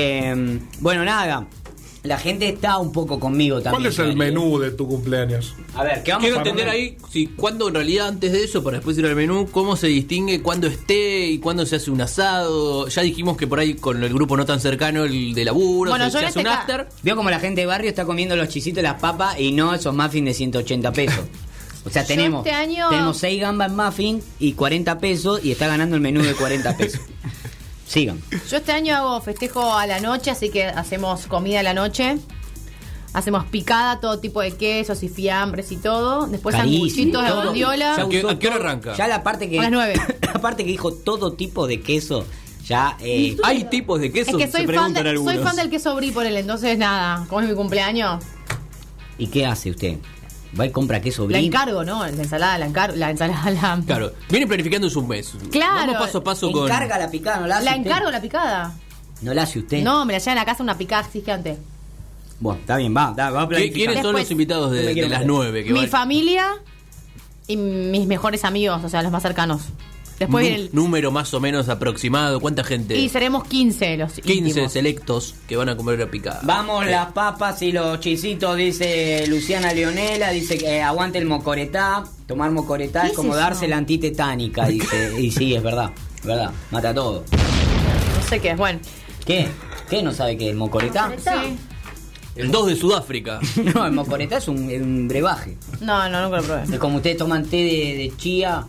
Bueno, nada. La gente está un poco conmigo también. ¿Cuál es el Clary. menú de tu cumpleaños? A ver, ¿qué vamos quiero a entender comer? ahí si cuándo en realidad antes de eso, para después ir al menú, cómo se distingue cuándo esté y cuándo se hace un asado. Ya dijimos que por ahí con el grupo no tan cercano, el de laburo, Bueno, se yo en hace este un ca- after. Veo como la gente de barrio está comiendo los chisitos y las papas y no esos muffins de 180 pesos. O sea, Yo tenemos este año- tenemos 6 gambas en muffin y 40 pesos y está ganando el menú de 40 pesos. Sigan. Yo este año hago festejo a la noche, así que hacemos comida a la noche. Hacemos picada, todo tipo de quesos y fiambres y todo. Después Carísimo. sanguchitos de Todo. bondiola. Ya ¿A qué usó hora todo. arranca? Ya la parte que A las 9. la parte que dijo todo tipo de queso, ya Hay tipos de queso, Es que se soy preguntan algunos. soy fan del queso brie por él, entonces nada, como es mi cumpleaños, ¿Y qué hace usted? ¿Va y compra queso la brie? encargo, ¿no? La ensalada, la ensalada. Claro, vienen planificando un mes. Claro. Vamos paso a paso con. Encarga la picada, no la hace La usted. encargo la picada. No la hace usted. No, me la llevan a casa una picada gigante. Bueno, está bien, va a planificar. ¿Quiénes son Después- los invitados No me de quiero las meter. 9? Que Mi van- familia y mis mejores amigos, o sea, los más cercanos. Después viene el... Número más o menos aproximado. ¿Cuánta gente? Y seremos 15 los 15 íntimos. selectos que van a comer la picada. Vamos las papas y los chisitos, dice Luciana Leonela, dice que aguante el mocoretá, tomar mocoretá es es como eso? darse la antitetánica, dice, y sí, es verdad, mata todo. No sé qué es, bueno. ¿Qué? ¿Qué no sabe qué es el mocoretá? Sí. El 2 de Sudáfrica. No, el mocoretá es un brebaje, No, nunca lo probé. es como ustedes toman té de chía.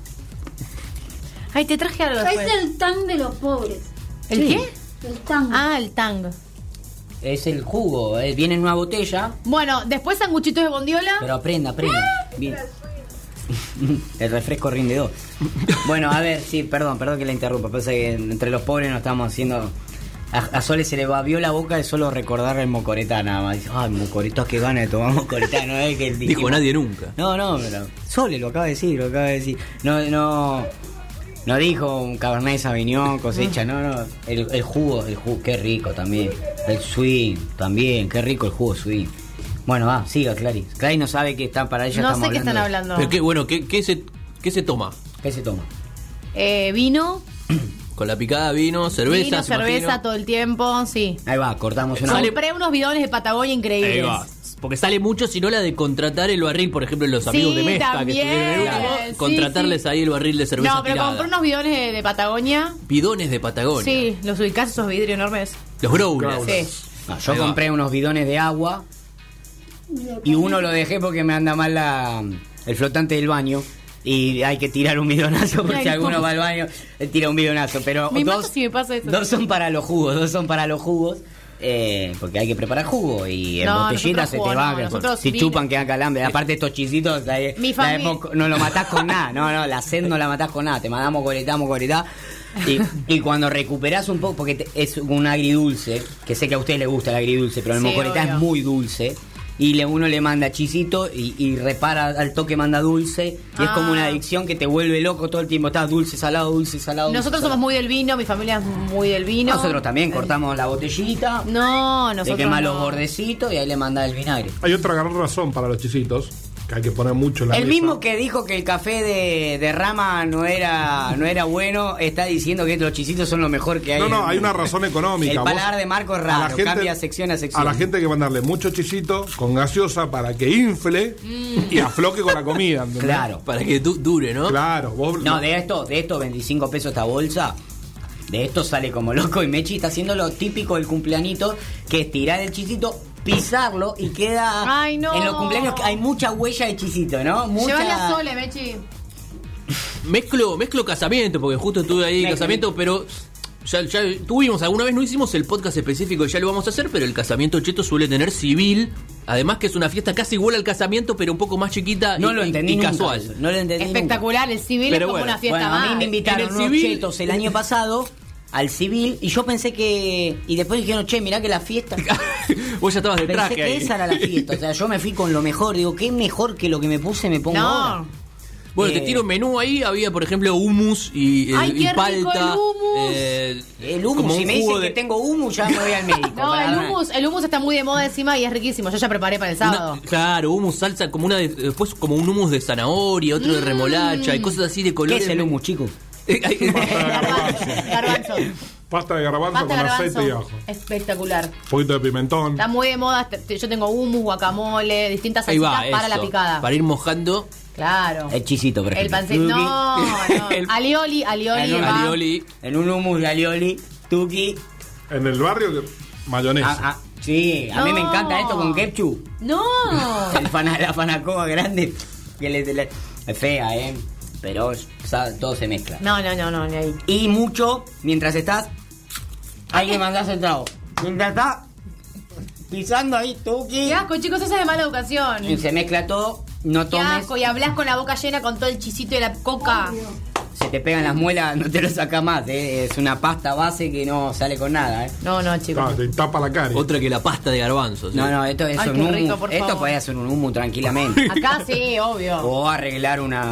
Ay, te traje algo después. Es el tang de los pobres. ¿El Sí. qué? El tang. Ah, el tang. Es el jugo, viene en una botella, Bueno, después sanguchitos de bondiola. pero aprenda. Bien. El refresco rinde 2. Bueno, a ver, sí, perdón que la interrumpa. Pasa que entre los pobres nos estamos haciendo. A Sole se le babió la boca de solo recordar el mocoretá nada más. Dice, ay, mocoretá, qué ganas de tomar mocoretá. No es que Dijo dijimos- nadie nunca. No, pero Sole lo acaba de decir, No dijo un Cabernet Sauvignon, cosecha, no. El jugo, qué rico también. El swing, también, qué rico el jugo swing. Bueno, va, siga, Clary. Clary no sabe que está para ella. No estamos sé qué están de- hablando. Pero qué, bueno, ¿qué se toma? ¿Qué se toma? Vino, Con la picada vino, cerveza, Vino, se cerveza imagino. todo el tiempo, sí. Ahí va, cortamos una. Compré unos bidones de Patagonia increíbles. Ahí va. Porque sale mucho, si no la de contratar el barril, por ejemplo, los amigos Sí, de Mezca también. que estuvieron en el último, Sí, contratarles sí. ahí el barril de cerveza No, pero tirada. compré unos bidones de Patagonia. Bidones de Patagonia. Sí, los ubicás, esos vidrios enormes. Los growlers. Sí. No, yo Ahí va. compré unos bidones de agua y uno lo dejé porque me anda mal el flotante del baño. Y hay que tirar un bidonazo por Ay, si alguno no. va al baño, tira un bidonazo. Pero Me mata si me pasa eso. dos son para los jugos, porque hay que preparar jugo y en No, botellita nosotros se jugo te va. no, nosotros Si vino. chupan queda calambre. Aparte estos chisitos, Mi familia- no lo matás con nada. No, la sed no la matás con nada. Te mandamos coletá. Y cuando recuperás un poco, porque es un agridulce, que sé que a ustedes les gusta el agridulce, pero el Sí, mocoretá obvio. es muy dulce. Y uno le manda chisito y repara al toque, manda dulce. Y es como una adicción que te vuelve loco todo el tiempo. Estás dulce, salado. Nosotros somos muy del vino, mi familia es muy del vino. Nosotros también cortamos la botellita. No, Le nosotros quemás no. los bordecitos y ahí le manda el vinagre. Hay otra gran razón para los chisitos, que hay que poner mucho en la El mesa. mismo que dijo que el café de rama no era bueno, está diciendo que los chisitos son lo mejor que hay. No, hay una razón económica. El Vos- paladar de Marco es a la raro, gente- cambia sección a sección. A la gente hay que mandarle mucho chisito con gaseosa para que infle y afloque con la comida. ¿entendés? Claro. Para que dure, ¿no? Claro, vos No, de esto 25 pesos esta bolsa. De esto sale como loco y Mechi está haciendo lo típico del cumpleañito, que es tirar el chisito, pisarlo y queda. Ay, no. En los cumpleaños hay mucha huella de chisito, ¿no? Mucha. Llevas la Sole, Mechi. Mezclo casamiento, porque justo estuve ahí en Mezclo. casamiento, pero ya tuvimos, alguna vez no hicimos el podcast específico, ya lo vamos a hacer, pero el casamiento cheto suele tener civil, además que es una fiesta casi igual al casamiento, pero un poco más chiquita No y, lo entendí y nunca casual. eso, no lo entendí Espectacular, el civil Pero es como bueno, una fiesta Bueno, más. a mí me invitaron En el unos civil- chetos el año pasado al civil y yo pensé que. Y después dijeron, che, mirá que la fiesta. Vos ya estabas de Pensé traje que ahí. esa era la fiesta. O sea, yo me fui con lo mejor. Digo, ¿qué mejor que lo que me puse me pongo ahora? No. Bueno, te tiro un menú ahí, había por ejemplo hummus y, Ay, y qué rico palta. el hummus. El como humus, si un me jugo dicen que tengo humus, ya me voy al médico. No, el hummus está muy de moda encima y es riquísimo. Yo ya preparé para el sábado. Claro, hummus, salsa, como después como un hummus de zanahoria, otro de remolacha, y cosas así de ¿Qué colores. es el humus, chicos? Garbanzo. pasta de garbanzo Pasta con de aceite y garbanzo. ajo. Espectacular. Un poquito de pimentón. Está muy de moda. Yo tengo hummus, guacamole, distintas Ahí salsitas va, para la eso, picada. para ir mojando. Claro. El chisito, por El ejemplo. pancito. No. El- Alioli Alioli. va. Alioli. En un humus de alioli, tuki. En el barrio, mayonesa. Sí, a mí me No. encanta esto con ketchup. No. La fanacoa grande. Es fea, pero todo se mezcla. No, ni ahí. Y mucho, mientras estás, hay que mandarse el trago. Mientras estás pisando ahí, tuki. Qué asco, chicos, eso es de mala educación. Y se mezcla todo, no Qué tomes. asco, y hablas con la boca llena con todo el chisito de la coca. Se te pegan las muelas, no te lo sacas más. Es una pasta base que no sale con nada. No, chicos. Ah, te tapa la cara. Otra que la pasta de garbanzos. ¿sí? No, esto es Ay, un qué humus. rico, por Esto favor. puede hacer un humus tranquilamente. Acá sí, obvio. O arreglar un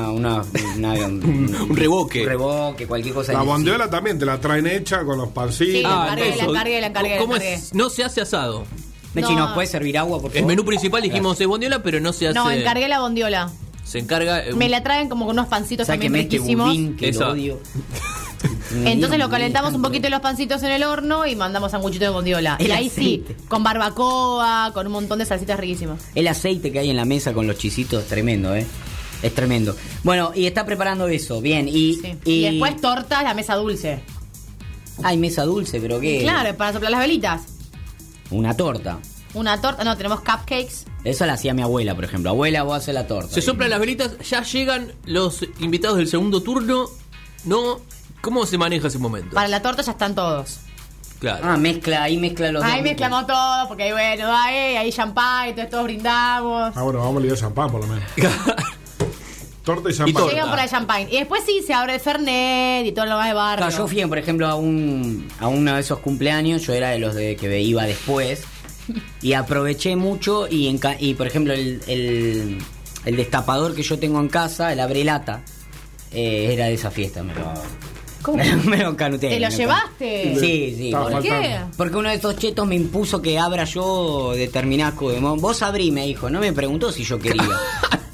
revoque. Un revoque, cualquier cosa. La así. bondiola también te la traen hecha con los pancitos. Sí. Ah, La encargué. ¿Cómo es? No se hace asado. Mechi, No. ¿nos puede servir agua, por favor? El menú principal dijimos es bondiola, pero no se hace. No, encargué la bondiola. Se encarga. Me la traen como con unos pancitos ¿Sabes que también me este riquísimos. budín que Eso. lo odio? Entonces lo calentamos un poquito los pancitos en el horno y mandamos sanguchito de bondiola. El Y ahí sí, aceite. con barbacoa, con un montón de salsitas riquísimas. El aceite que hay en la mesa con los chisitos es tremendo, Es tremendo. Bueno, y está preparando eso, bien. Sí. Y después tortas, la mesa dulce. Hay mesa dulce, pero ¿qué? Claro, para soplar las velitas. Una torta. Una torta, no, tenemos cupcakes. Eso la hacía mi abuela, por ejemplo. Abuela, vos haces la torta. Se soplan las velitas, ya llegan los invitados del segundo turno. No, ¿cómo se maneja ese momento? Para la torta ya están todos. Claro. Ahí mezcla los Ahí dos mezclamos todo, porque ahí bueno, ahí champán, entonces todos brindamos. Ah, bueno, vamos a liar champán por lo menos. Torta y champán. torta. Llegan por ahí champán. Y después sí se abre el Fernet y todo lo más de barrio. Claro, yo fui, por ejemplo, a uno de esos cumpleaños. Yo era de los de que iba después. Y aproveché mucho. Y por ejemplo, el destapador que yo tengo en casa, el abrelata, era de esa fiesta. ¿Cómo? Me lo canuteé. ¿Te lo me llevaste? Sí. Estaba ¿Por qué? faltando. Porque uno de estos chetos me impuso que abra yo determinado. Vos abrí, me dijo. No me preguntó si yo quería.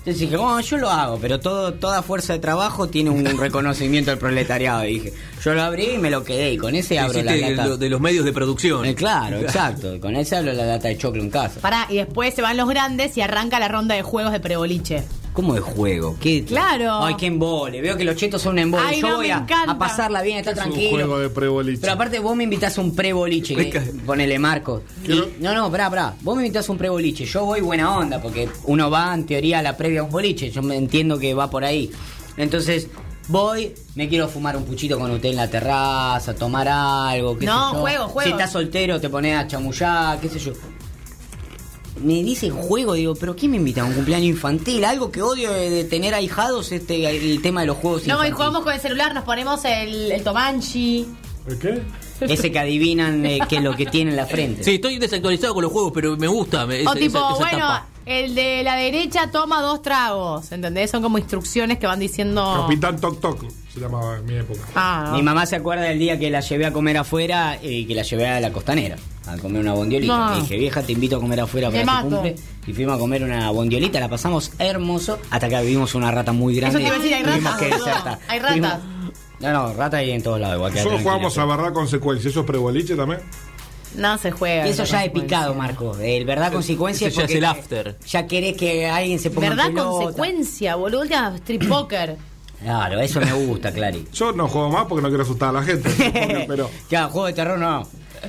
Entonces dije, bueno, yo lo hago, pero toda fuerza de trabajo tiene un reconocimiento del proletariado. Y dije, yo lo abrí y me lo quedé, y con ese abro la lata. De los medios de producción. Claro, exacto. Con ese abro la lata de choclo en casa. Pará, y después se van los grandes y arranca la ronda de juegos de preboliche. ¿Cómo de juego? ¿Qué? Claro. Ay, qué embole. Veo que los chetos son un embole. Ay, yo no, voy me a encanta. pasarla bien, está Es un tranquilo. juego de preboliche. Pero aparte vos me invitás a un preboliche. Ponele Marcos. No, brá. Vos me invitás a un preboliche. Yo voy buena onda, porque uno va en teoría a la previa a un boliche. Yo me entiendo que va por ahí. Entonces, voy, me quiero fumar un puchito con usted en la terraza, tomar algo, qué sé yo. Juego. Si estás soltero, te pones a chamullar, qué sé yo. Me dice juego, digo, ¿pero quién me invita a un cumpleaños infantil? Algo que odio de tener ahijados, el tema de los juegos No, y infantiles. jugamos con el celular, nos ponemos el Tomanchi. ¿El qué? Ese que adivinan qué es lo que tiene en la frente. Sí, estoy desactualizado con los juegos, pero me gusta. O tipo, etapa. El de la derecha toma 2 tragos, ¿entendés? Son como instrucciones que van diciendo... Capitán Toc Toc se llamaba en mi época. Ah, no. Mi mamá se acuerda del día que la llevé a comer afuera y que la llevé a la Costanera a comer una bondiolita. No. Le dije, vieja, te invito a comer afuera Me para tu mato. cumple. Y fuimos a comer una bondiolita, la pasamos hermoso, hasta que vimos una rata muy grande. Eso te iba a decir, hay Tuvimos ratas, que boludo. desertar. Hay ratas. No, rata hay en todos lados. Igual que Nosotros tranquilo. jugamos a verdad consecuencia. ¿Eso es preboliche también? No se juega. Y eso esa ya es consecuencia. picado, Marco. El verdad consecuencia Ese ya porque es el after. Ya querés que alguien se ponga en ¿Verdad pelota. consecuencia, boludo? Última strip poker. Claro, eso me gusta, Clary. Yo no juego más porque no quiero asustar a la gente. Pero Claro, juego de terror no.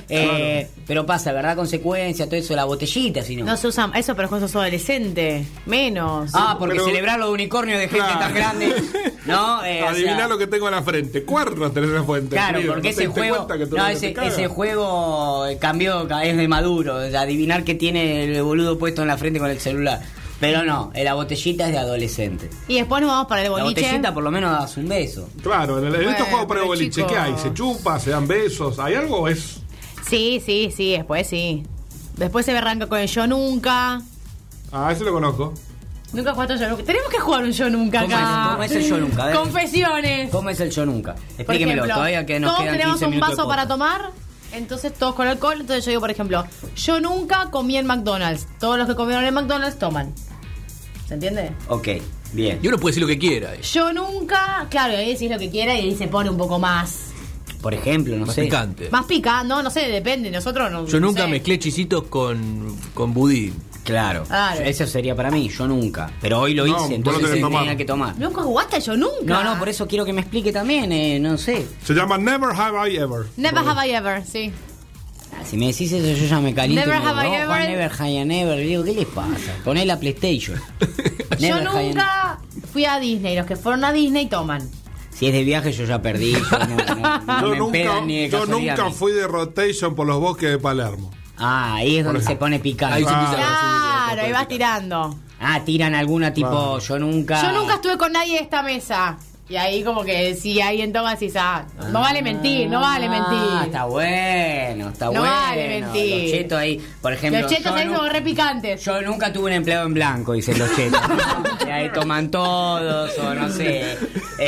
Pero pasa, ¿verdad? Consecuencia, todo eso, la botellita, si no. No se usa eso, pero cuando sos adolescente. Menos. Porque Pero- celebrar lo de unicornio de gente Claro. tan grande. ¿No? adiviná lo que tengo en la frente. Cuernos tenés en la frente. Claro, querido. porque ¿No te ese diste juego. cuenta que todo No, lo que te caga? ese juego cambió, es de maduro. De adivinar que tiene el boludo puesto en la frente con el celular. Pero no, la botellita es de adolescente. Y después nos vamos para el La boliche. botellita por lo menos das un beso. Claro, en estos juegos pero preboliche, chicos. ¿qué hay? ¿Se chupa? ¿Se dan besos? ¿Hay algo o es...? Sí, después sí. Después se arranca con el yo nunca. Ah, ese lo conozco. Nunca jugaste yo nunca. Tenemos que jugar un yo nunca acá. ¿Cómo es el yo nunca? A ver. Confesiones. ¿Cómo es el yo nunca? Por Explíquemelo, ejemplo, todavía que nos todos quedan tenemos 15 un minutos de vaso para podcast. tomar, entonces todos con alcohol. Entonces yo digo, por ejemplo, yo nunca comí en McDonald's. Todos los que comieron en McDonald's toman. ¿Se entiende? Ok, bien. Y uno puede decir lo que quiera. Yo nunca, claro, y ahí decís lo que quiera y ahí se pone un poco más. Por ejemplo, no Más sé. picante. Más picante, no sé, depende. Nosotros no. Yo no nunca sé. mezclé chisitos con budín. Claro. Claro. Eso sería para mí, yo nunca. Pero hoy lo No, hice, vos lo entonces tenés que tenía tomar. que tomar. ¿Nunca jugaste yo nunca? No, por eso quiero que me explique también, no sé. Se llama Never Have I Ever. Never have I ever, sí. Si me decís eso, yo ya me caliento. Never y me have I digo, ever. Never have I never. Y digo, ¿qué les pasa? Poné la PlayStation. Yo Never have I nunca fui a Disney. Los que fueron a Disney toman. Si es de viaje, yo ya perdí. Yo no Yo me nunca, empedan ni de yo casualidad. nunca fui de rotation por los bosques de Palermo. Ah, ahí es donde se pone picante. Ahí se empieza Claro, ahí vas tirando. Ah, tiran alguna tipo, Claro. yo nunca. Yo nunca estuve con nadie de esta mesa. Y ahí como que si alguien toma decís, no vale mentir, no vale mentir. Está bueno, está No bueno. vale mentir. Los chetos ahí, por ejemplo. Los chetos yo ahí nu- son re picantes. Yo nunca tuve un empleado en blanco, dicen los chetos. Y ahí toman todos, o no sé.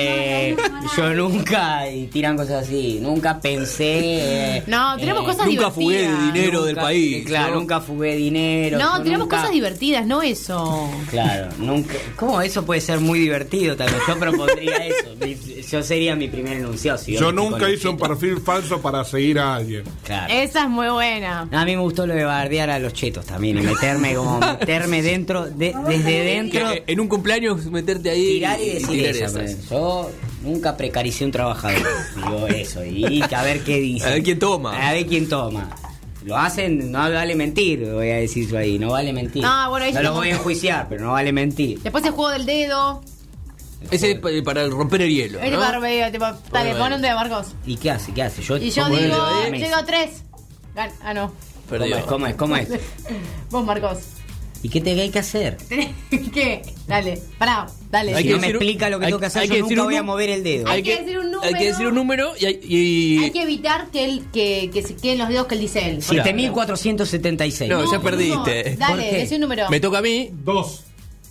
Yo nunca, y tiran cosas así. Nunca pensé. No, tenemos cosas Nunca fugué de divertidas. dinero del nunca- país. Claro, ¿no? nunca fugué dinero. No, yo tenemos nunca- cosas divertidas, no eso. Claro, nunca. ¿Cómo eso puede ser muy divertido? Tal vez yo propondría eso. Yo sería mi primer enunciado. Si Yo me estoy con nunca los hice un chetos. perfil falso para seguir a alguien. Claro. Esa es muy buena. A mí me gustó lo de bardear a los chetos también y meterme dentro, desde dentro, En un cumpleaños meterte ahí tirar y decir tirar eso. esas. Yo nunca precaricé un trabajador, digo eso, y a ver qué dice. A ver quién toma. A ver quién toma. Lo hacen, no vale mentir, voy a decir yo ahí, no vale mentir. No, bueno, ahí no sí lo como- voy a enjuiciar, pero no vale mentir. Después el juego del dedo. Ese es para romper el hielo. Este ¿no? barbero, tipo, dale, Bueno. pon un dedo, Marcos. ¿Y qué hace? ¿Qué hace? Y yo ¿Cómo es? digo, Ahí. yo digo 3. No. Perdió. ¿Cómo es? Vos, Marcos. ¿Y qué hay que hacer? ¿Qué? Dale, pará, dale. Hay Si que no me decir un- explica lo que hay- tengo que hacer, hay yo que nunca decir un voy a nu- mover el dedo. Hay que decir un número. Hay que decir un número y Hay que evitar que se queden los dedos que él dice él. 7476. No, ya boludo. perdiste. ¿Por Dale, qué? decí un número. me toca a mí, 2.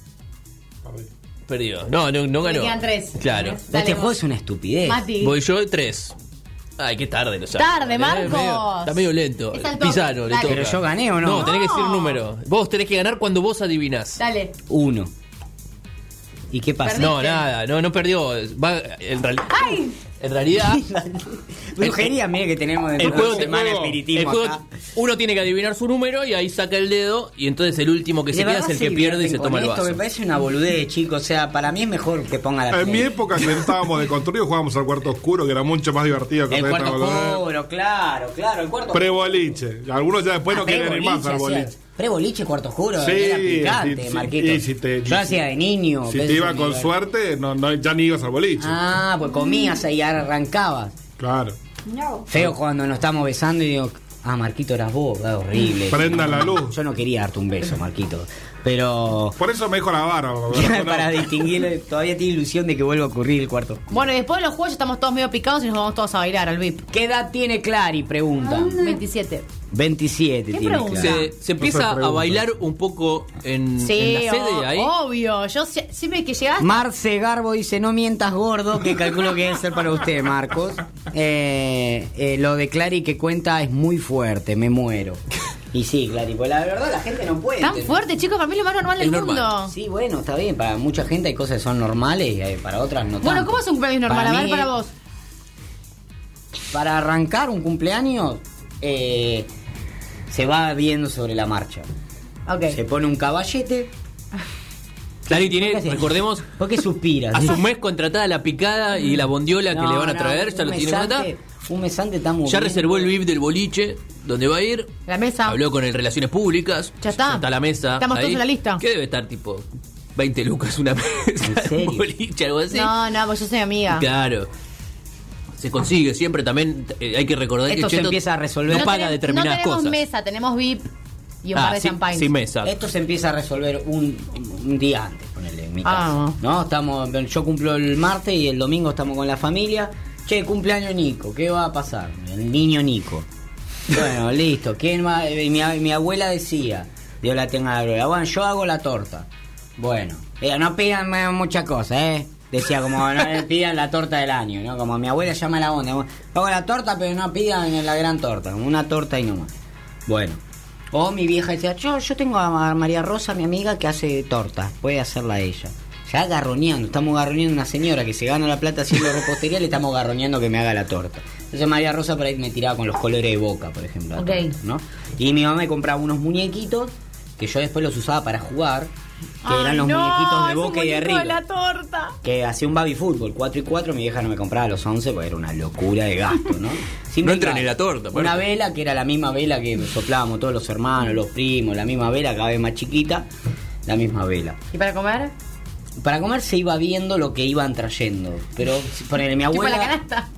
perdió. No ganó. Me quedan 3. Claro. Dale, Este vos. juego es una estupidez. Mati. Voy yo 3. Ay, qué tarde lo sabes. Tarde, Marcos. Está medio lento. Es al toque. Pisano, le Dale. toca. Pero yo gané o no. No, tenés que decir un número. Vos tenés que ganar cuando vos adivinás. Dale. 1. ¿Y qué pasa? No, nada, no perdió. En realidad. Brujería, mire que tenemos de El juego, semana el espiritismo juego, acá. uno tiene que adivinar su número y ahí saca el dedo y entonces el último que De se queda es verdad el que se pierde y se divierten toma con el esto, vaso. me parece una boludez, chicos. O sea, para mí es mejor que ponga la En mi Play. época, que estábamos deconstruidos, jugábamos al cuarto oscuro, que era mucho más divertido que El esta cuarto boludez. oscuro, claro, el cuarto Pre-boliche. Algunos ya después no quieren ir más al pre-boliche, boliche. Pre-boliche, cuarto oscuro, Sí, era picante, sí, Marquito. y si te- Yo hacía de niño. Si que te eso iba me con iba- suerte, ya ni ibas al boliche. Ah, pues comías ahí, arrancabas. Claro. No. Feo cuando nos estamos besando y digo, Marquito, eras vos, era horrible. Prenda la luz. Yo no quería darte un beso, Marquito. Pero Por eso me dijo la vara. para distinguir, todavía tiene ilusión de que vuelva a ocurrir el cuarto. Bueno, y después de los juegos ya estamos todos medio picados y nos vamos todos a bailar al VIP. ¿Qué edad tiene Clary? Pregunta. 27. 27 ¿Qué tiene pregunta? Clary. Se empieza No se a pregunta. bailar un poco en Sí, la sede ahí. obvio. Yo siempre que llegas. Marce Garbo dice, no mientas gordo, que calculo que debe ser para usted, Marcos. Lo de Clary que cuenta es muy fuerte, me muero. Y sí, Clary, pues la verdad la gente no puede. Tan entender. fuerte, chicos, para mí es lo más normal del Es normal. mundo. Sí, bueno, está bien, para mucha gente hay cosas que son normales y para otras no Bueno, tanto. ¿cómo es un cumpleaños normal? A ver, mí, para vos. Para arrancar un cumpleaños, se va viendo sobre la marcha. Se Ok. pone un caballete. Clary tiene, ¿Qué haces? recordemos, ¿Por qué suspiras? a su mes contratada la picada y la bondiola que No, le van a no, traer, ya un lo tiene mesante- contratada. Un mesante está muy Ya bien. reservó el VIP del boliche, donde va a ir. La mesa. Habló con el Relaciones Públicas. Ya está. la mesa. Estamos ahí. todos en la lista. ¿Qué debe estar, tipo, 20 lucas una mesa? ¿En serio? Un boliche, algo así. No, pues yo soy amiga. Claro. Se consigue siempre también. Hay que recordar Esto que se Cheto empieza a resolver. no paga tenemos- determinadas no tenemos cosas. mesa, tenemos VIP y un par de sí, champagnes. sin mesa. Esto se empieza a resolver un día antes, ponele, en mi Ah. casa. ¿No? Yo cumplo el martes y el domingo estamos con la familia. Che, cumpleaños Nico, ¿qué va a pasar? El niño Nico. Bueno, listo. ¿Quién va? Mi abuela decía, Dios la tenga la gloria. Bueno, yo hago la torta. Bueno, no pidan muchas cosas, Decía como no le pidan la torta del año, ¿no? Como mi abuela llama la onda. Hago la torta, pero no pidan la gran torta, como una torta y no más. Bueno. O mi vieja decía, yo tengo a María Rosa, mi amiga, que hace torta, puede hacerla ella. Ya garroneando, estamos garroneando una señora que se gana la plata haciendo repostería, le estamos garroneando que me haga la torta. Entonces María Rosa por ahí me tiraba con los colores de Boca, por ejemplo. la Ok. torta, ¿no? Y mi mamá me compraba unos muñequitos que yo después los usaba para jugar, que Ay, eran los no, muñequitos de es un Boca y de muñeco River. de la torta. Que hacía un baby fútbol, 4 y 4, mi vieja no me compraba a los 11 porque era una locura de gasto, ¿no? No entra ni la torta, Una aparte. vela que era la misma vela que soplábamos todos los hermanos, los primos, la misma vela, cada vez más chiquita, la misma vela. ¿Y para comer? Para comer se iba viendo lo que iban trayendo, pero ponele, mi Tipo abuela... la canasta.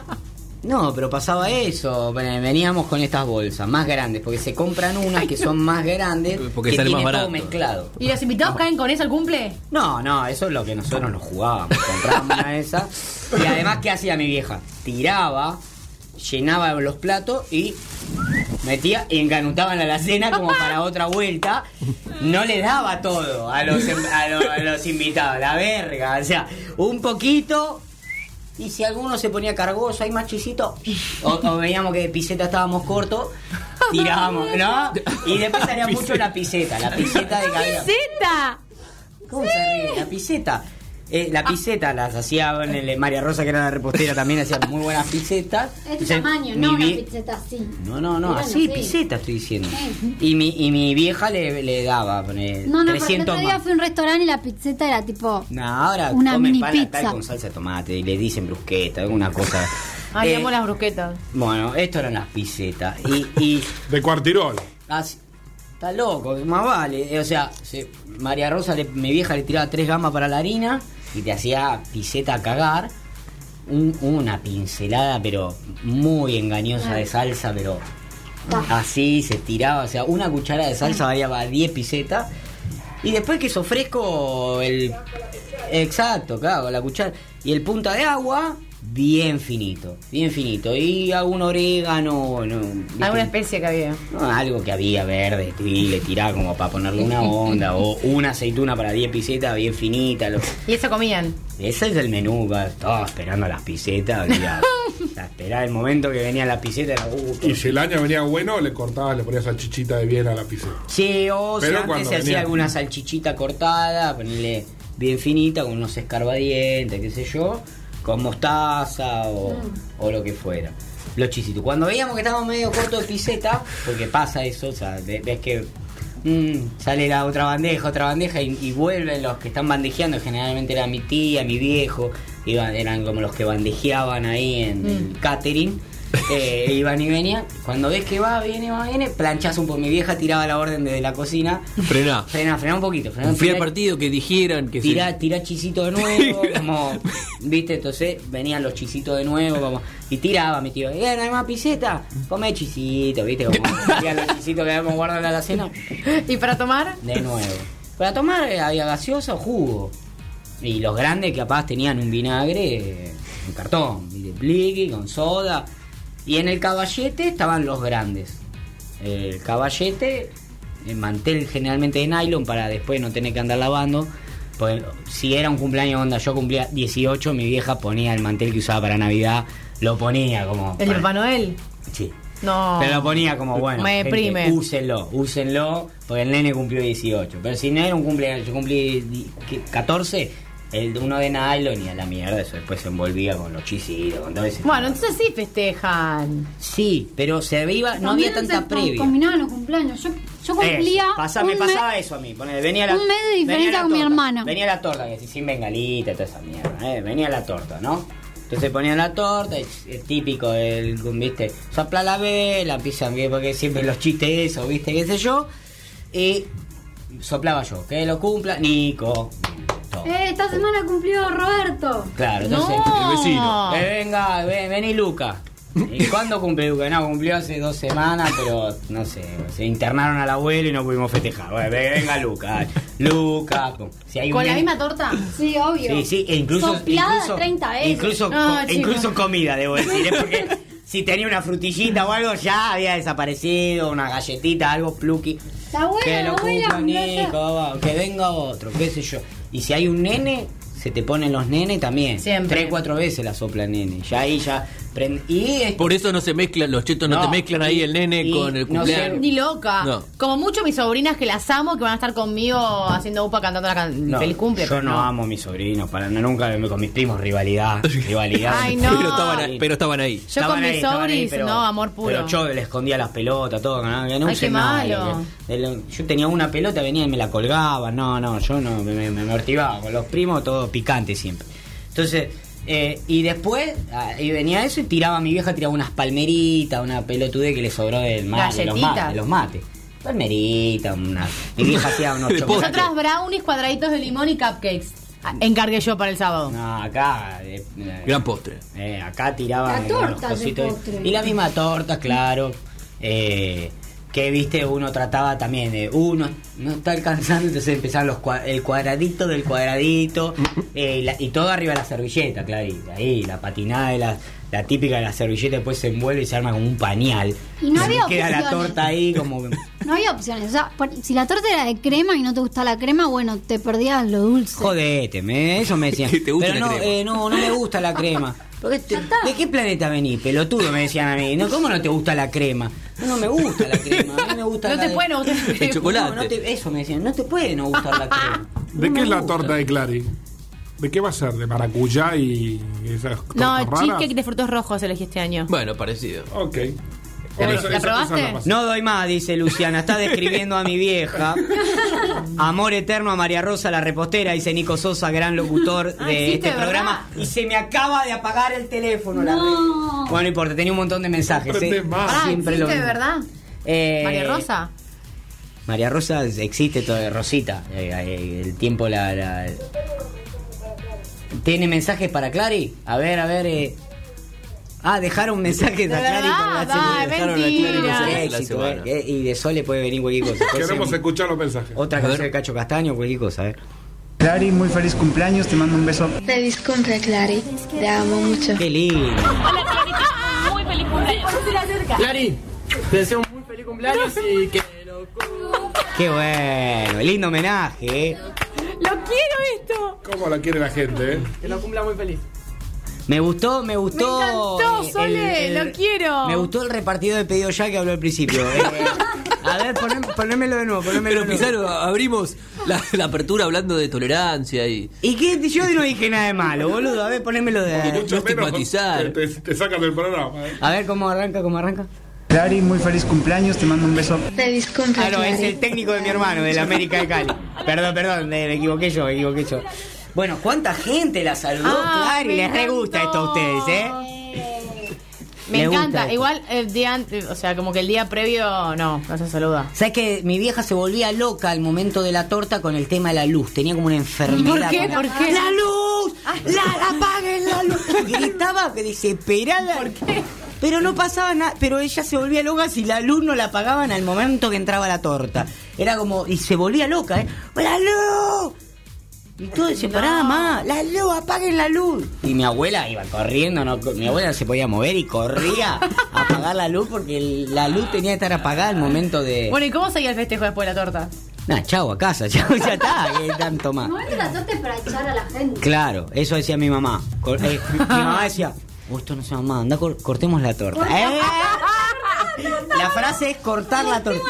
No, pero pasaba eso, veníamos con estas bolsas más grandes, porque se compran unas que son más grandes, Porque que sale tiene más todo barato. mezclado. ¿Y los invitados caen con eso al cumple? No, eso es lo que nosotros nos jugábamos. Comprábamos una de esas. Y además, ¿qué hacía mi vieja? Tiraba, llenaba los platos y metía y encanutaba en la alacena como para otra vuelta. No le daba todo a los invitados, la verga. O sea, un poquito. Y si alguno se ponía cargoso, ahí más chisito, o veíamos que de piseta estábamos cortos, tirábamos, ¿no? Y después salía mucho la piseta de cabeza. ¡Piseta! ¿Cómo se ríe? La piseta. La piseta las hacía María Rosa, que era la repostera, también hacía muy buenas pisetas. Este Entonces, tamaño, mi no una vie- pizzeta así. No, Bueno, así, sí. piseta estoy diciendo. Sí. Y mi vieja le daba No, porque el 300 otro día más. fui a un restaurante y la pizzeta era tipo... No, ahora una comen mini pan pizza. tal con salsa de tomate y le dicen brusqueta, alguna cosa. Ay, amo las brusquetas. Bueno, esto eran las pisetas. Y De cuartirol. así- está loco, más vale. O sea, María Rosa, mi vieja le tiraba 3 gamas para la harina y te hacía piseta a cagar. Una pincelada, pero muy engañosa de salsa, pero así se tiraba. O sea, una cuchara de salsa variaba 10 pisetas. Y después queso fresco, exacto, claro, la cuchara. Y el punta de agua, bien finito. Y algún orégano, ¿viste? Alguna especie que había. No, algo que había verde, y le tiraba como para ponerle una onda, o una aceituna para 10 pisetas bien finita. Y eso comían. Ese es el menú, estaba esperando las pisetas, olvidate. Esperaba el momento que venían las pisetas, era, Y si el año venía bueno, le cortabas, le ponías salchichita de bien a la pizza. sí, o Pero si antes cuando se hacía venía- alguna salchichita cortada, ponerle bien finita, con unos escarbadientes, qué sé yo, con mostaza o lo que fuera. Los chisitos. Cuando veíamos que estábamos medio cortos de piseta, porque pasa eso, o sea, ves que sale la otra bandeja y vuelven los que están bandejeando, generalmente era mi tía, mi viejo, eran como los que bandejeaban ahí en el catering. Iban y venían. Cuando ves que viene, planchazo un poco. Mi vieja tiraba la orden desde la cocina. Frená un poquito. Un fiel partido que dijeran que tira chisito de nuevo. Como, ¿viste? Entonces venían los chisitos de nuevo. Como, y tiraba mi tío. ¿No hay más piseta? Come chisito, ¿viste? Como tiran los chisitos que habíamos guardado en la cena. ¿Y para tomar? De nuevo. Para tomar había gaseosa o jugo. Y los grandes capaz tenían un vinagre en cartón. De pliqui, con soda. Y en el caballete estaban los grandes. El caballete, el mantel generalmente de nylon para después no tener que andar lavando. Pues si era un cumpleaños onda, yo cumplía 18, mi vieja ponía el mantel que usaba para Navidad, lo ponía como... ¿El de Papá Noel? Sí. No. Pero lo ponía como, bueno, me deprime. Gente, úsenlo, porque el nene cumplió 18. Pero si no era un cumpleaños, yo cumplí 14... uno de nylon y a la mierda, eso después se envolvía con los chisitos, con todo ese. Bueno, entonces sí festejan. Sí, pero se veía, no había tanta previa. Combinaban los cumpleaños. Yo cumplía. Me pasaba eso a mí. Venía un mes de diferencia con mi hermana. Venía la torta, que sin bengalita, toda esa mierda. Venía la torta, ¿no? Entonces ponían la torta, es típico, ¿viste? Sopla la vela, empiezan, porque siempre los chistes, eso, ¿viste? ¿Qué sé yo? Y soplaba yo, que lo cumpla Nico. Esta semana cumplió Roberto. Claro, entonces el vecino. Venga, vení Luca. ¿Y cuándo cumple Luca? No, cumplió hace 2 semanas, pero no sé, se internaron al abuelo y no pudimos festejar. Bueno, venga Luca. Si hay ¿Con la misma torta? Sí, obvio. Sí, incluso soplada 30 veces. Incluso comida, debo decir, porque si tenía una frutillita o algo ya había desaparecido, una galletita, algo pluqui. La abuela, que lo cumpla Nico, que venga otro, qué sé yo. Y si hay un nene, se te ponen los nenes también. Siempre. 3-4 veces la sopla el nene. Ya ahí ya prende. Por eso no se mezclan, los chetos no te mezclan ahí el nene con el cumpleaños. Ni loca. No. Como mucho mis sobrinas que las amo, que van a estar conmigo haciendo upa cantando la feliz cumple. Yo no amo a mis sobrinos, nunca con mis primos rivalidad. Ay, no. Pero estaban ahí. Yo Estaban con ahí, mis sobris, pero, no, amor puro. Pero yo le escondía las pelotas, todo, que no Ay, usen qué nada. malo. Yo tenía una pelota, venía y me la colgaba. No, yo no, me hortivaba. Con los primos todo picante siempre. Entonces, y después, y venía eso y mi vieja tiraba unas palmeritas, una pelotudez que le sobró de los mates. Palmerita, mi vieja hacía unos chocolates. Nosotras brownies, cuadraditos de limón y cupcakes. Encargué yo para el sábado. No, acá... gran postre. Acá tiraban la torta unos cositos. de postre. Y la misma torta, claro. Que, viste, uno trataba también de... no está alcanzando, entonces empezaban el cuadradito del cuadradito. Y todo arriba de la servilleta, claro. Y ahí, la patinada de la típica de la servilleta, después se envuelve y se arma como un pañal. Y no había queda opciones. la torta ahí como... No había opciones. O sea, si la torta era de crema y no te gustaba la crema, bueno, te perdías lo dulce. Jodete, eso me decían. Que te gusta pero la crema. No me gusta la crema. ¿De qué planeta venís, pelotudo? Me decían a mí. ¿Cómo no te gusta la crema? No me gusta la crema. A mí me gusta No te puede no gustar la crema. El chocolate. Eso me decían. No te puede no gustar la crema. ¿De qué es la torta de Clary? ¿De qué va a ser? ¿De maracuyá y esas cosas No, raras? cheesecake de frutos rojos elegí este año. Bueno, parecido. Ok. ¿La probaste? No doy más, dice Luciana. Está describiendo a mi vieja. Amor eterno a María Rosa, la repostera, dice Nico Sosa, gran locutor de este programa. Y se me acaba de apagar el teléfono. No. Bueno, no importa, tenía un montón de mensajes. Siempre lo mismo. ¿Verdad? María Rosa. María Rosa existe todo, Rosita. El tiempo ¿Tiene mensajes para Clary? A ver. Dejaron mensajes a Clary para mentira. éxito, y de Sole puede venir cualquier cosa. Queremos escuchar los mensajes. Otra canción de Cacho Castaño, cualquier cosa, Clary, muy feliz cumpleaños, te mando un beso. Feliz cumple, Clary. Te amo mucho. Qué lindo. Hola, Clarita. Muy feliz cumpleaños. Clary, te deseo un muy feliz cumpleaños y que lo Qué bueno, lindo homenaje, ¡Lo quiero esto! ¿Cómo la quiere la gente, Que lo cumpla muy feliz. Me gustó. Me encantó, Sole, lo quiero. Me gustó el repartidor de pedido ya que habló al principio. A ver, ponémelo de nuevo. Pero Pizarro, abrimos la apertura hablando de tolerancia y... ¿Y qué? Yo no dije nada de malo, boludo. A ver, ponémelo de... Mucho no menos estigmatizar. te sacan del programa. A ver, ¿cómo arranca? Clary, muy feliz cumpleaños, te mando un beso. Feliz cumple, Ah, no, es Clary. el técnico de mi hermano, de la América de Cali. Perdón, me equivoqué yo. Bueno, ¿cuánta gente la saludó, Clary? me Les re gusta esto a ustedes, ¿eh? Me Me gusta encanta. esto. Igual el día antes, o sea, como que el día previo no se saluda. ¿Sabes que mi vieja se volvía loca al momento de la torta con el tema de la luz? Tenía como una enfermedad. ¿Por qué? Como, ¿Por qué? ¡La luz! ¡Apaguen la luz! Gritaba desesperada. ¿Por qué? Pero no pasaba nada. Pero ella se volvía loca si la luz no la apagaban al momento que entraba la torta. Era como... Y se volvía loca, ¿eh? ¡La luz! Y todo se paraba más. ¡La luz! ¡Apaguen la luz! Y mi abuela iba corriendo. Mi abuela no se podía mover y corría a apagar la luz porque la luz tenía que estar apagada al momento de... Bueno, ¿y cómo seguía el festejo después de la torta? Nah, chau, a casa, chau, ya está, ¿qué tanto más? No es la torta es para echar a la gente. Claro, eso decía mi mamá. Mi mamá decía, esto no se llama, anda, cortemos la torta. La frase es cortar la torta.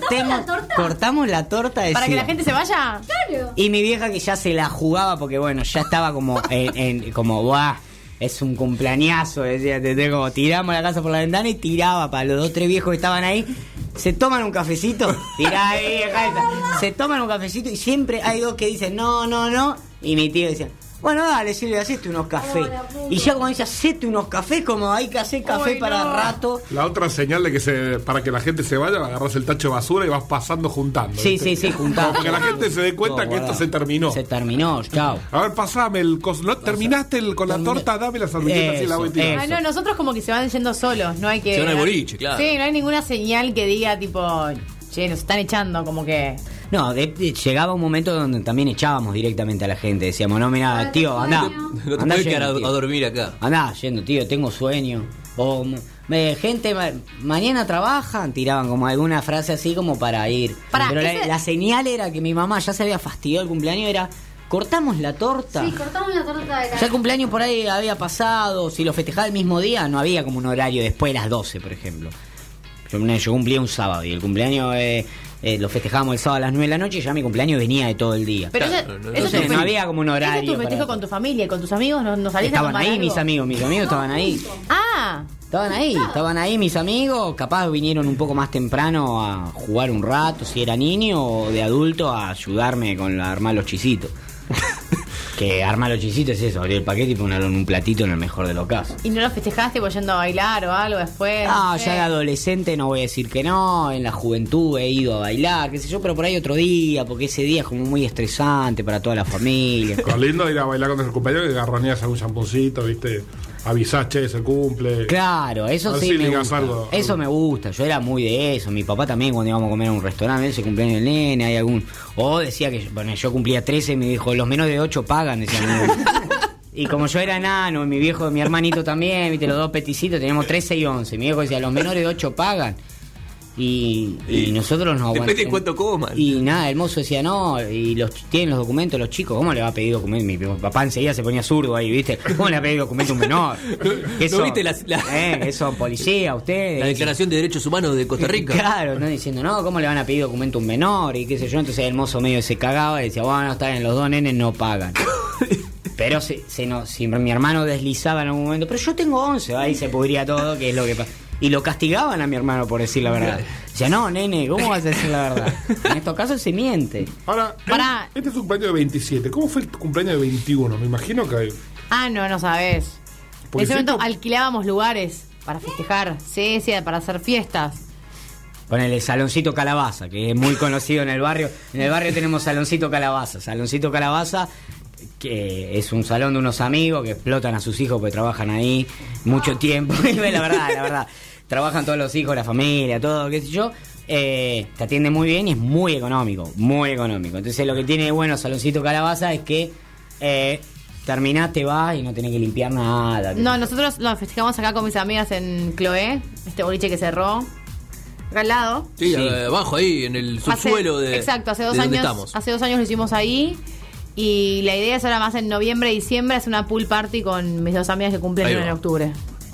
Cortamos la torta. Decía. ¿Para que la gente se vaya? Claro. Y mi vieja que ya se la jugaba porque bueno, ya estaba como como ¡buah! Es un cumpleañazo, decía, como tiramos la casa por la ventana y tiraba para los 2 3 viejos que estaban ahí. Se toman un cafecito, tirá ahí, vieja esa. Se toman un cafecito y siempre hay 2 que dicen no. Y mi tío decía, bueno, dale, Silvia, hacete unos cafés. Y ya como dice, hacete unos cafés, como hay que hacer café para rato. La otra señal de que para que la gente se vaya, agarras el tacho de basura y vas pasando juntando. Sí, ¿viste? sí, juntado. Para que la gente se dé cuenta que esto se terminó. Se terminó, chao. A ver, pasame terminaste con la torta, dame la servilleta y la voy a tirar. Ay, no, nosotros como que se van yendo solos, no hay que... Se van al boliche, claro. Sí, no hay ninguna señal que diga tipo, che, nos están echando, como que... No, llegaba un momento donde también echábamos directamente a la gente. Decíamos, no, mira, tío, andá. No te puedes quedar a dormir acá. Andá yendo, tío, tengo sueño. O gente, mañana trabajan, tiraban como alguna frase así como para ir. Pero la señal era que mi mamá ya se había fastidiado el cumpleaños, era... Cortamos la torta. Sí, cortamos la torta de Ya el cumpleaños por ahí había pasado. Si lo festejaba el mismo día, no había como un horario después de las 12, por ejemplo. Yo cumplía un sábado y el cumpleaños lo festejábamos el sábado a las 9 de la noche y ya mi cumpleaños venía de todo el día. Pero Entonces no había como un horario. ¿Ese es tu festejo con tu familia y con tus amigos? ¿No saliste a Estaban tomar ahí algo? mis amigos estaban ahí. Ah, Estaban ahí mis amigos, capaz vinieron un poco más temprano a jugar un rato, si era niño, o de adulto a ayudarme con armar los chisitos. Que armar los chisitos es eso, abrir el paquete y ponerlo en un platito en el mejor de los casos. ¿y no lo festejaste yendo a bailar o algo después? No, sé? ya de adolescente no voy a decir que no, en la juventud he ido a bailar, qué sé yo, pero por ahí otro día, porque ese día es como muy estresante para toda la familia. Con lindo ir a bailar con el compañero que garroneas algún champoncito, ¿viste? Avisás, che, se cumple. Claro, eso A ver sí si me ligas gusta. algo. Eso me gusta, yo era muy de eso. Mi papá también cuando íbamos a comer a un restaurante, ese cumpleaños del nene, hay algún... O decía que, bueno, yo cumplía 13 y me dijo, los menores de 8 pagan, decía mi viejo. Y como yo era enano, mi viejo, mi hermanito también, viste, los 2 peticitos, teníamos 13 y 11. Mi viejo decía, los menores de 8 pagan. Y nosotros nos Depende de aguantamos. cuánto coman. Y nada, el mozo decía, no, y tienen los documentos los chicos, ¿cómo le va a pedir documentos? Mi papá enseguida se ponía zurdo ahí, ¿viste? ¿Cómo le va a pedir documentos a un menor? ¿No viste Eso, policía, ustedes. La Declaración de Derechos Humanos de Costa Rica? Claro, no diciendo, no, ¿cómo le van a pedir documento a un menor? Y qué sé yo, entonces el mozo medio se cagaba y decía, bueno, está bien, los 2 nenes no pagan. Pero si mi hermano deslizaba en algún momento, pero yo tengo 11, ahí se pudría todo, que es lo que pasa. Y lo castigaban a mi hermano por decir la verdad. Decía, no, nene, ¿cómo vas a decir la verdad? En estos casos se miente. Ahora, Pará. este es tu cumpleaños de 27. ¿Cómo fue tu cumpleaños de 21? Me imagino que... Ah, no sabés. En Porque ese momento siento- alquilábamos lugares para festejar, sí, para hacer fiestas. Ponele el Saloncito Calabaza, que es muy conocido en el barrio. En el barrio tenemos Saloncito Calabaza. Saloncito Calabaza, que es un salón de unos amigos que explotan a sus hijos porque trabajan ahí mucho tiempo. La verdad. Trabajan todos los hijos, la familia, todo, qué sé yo. Te atiende muy bien y es muy económico, muy económico. Entonces lo que tiene de bueno Saloncito Calabaza es que terminás, te vas y no tenés que limpiar nada. No, nosotros lo festejamos acá con mis amigas en Cloé, este boliche que cerró, acá al lado. Sí, Sí. abajo ahí, en el subsuelo de. Exacto, hace de 2 donde años. estamos. Hace 2 años lo hicimos ahí. Y la idea es ahora más en noviembre, diciembre, hacer una pool party con mis 2 amigas que cumplen Ahí en va. octubre.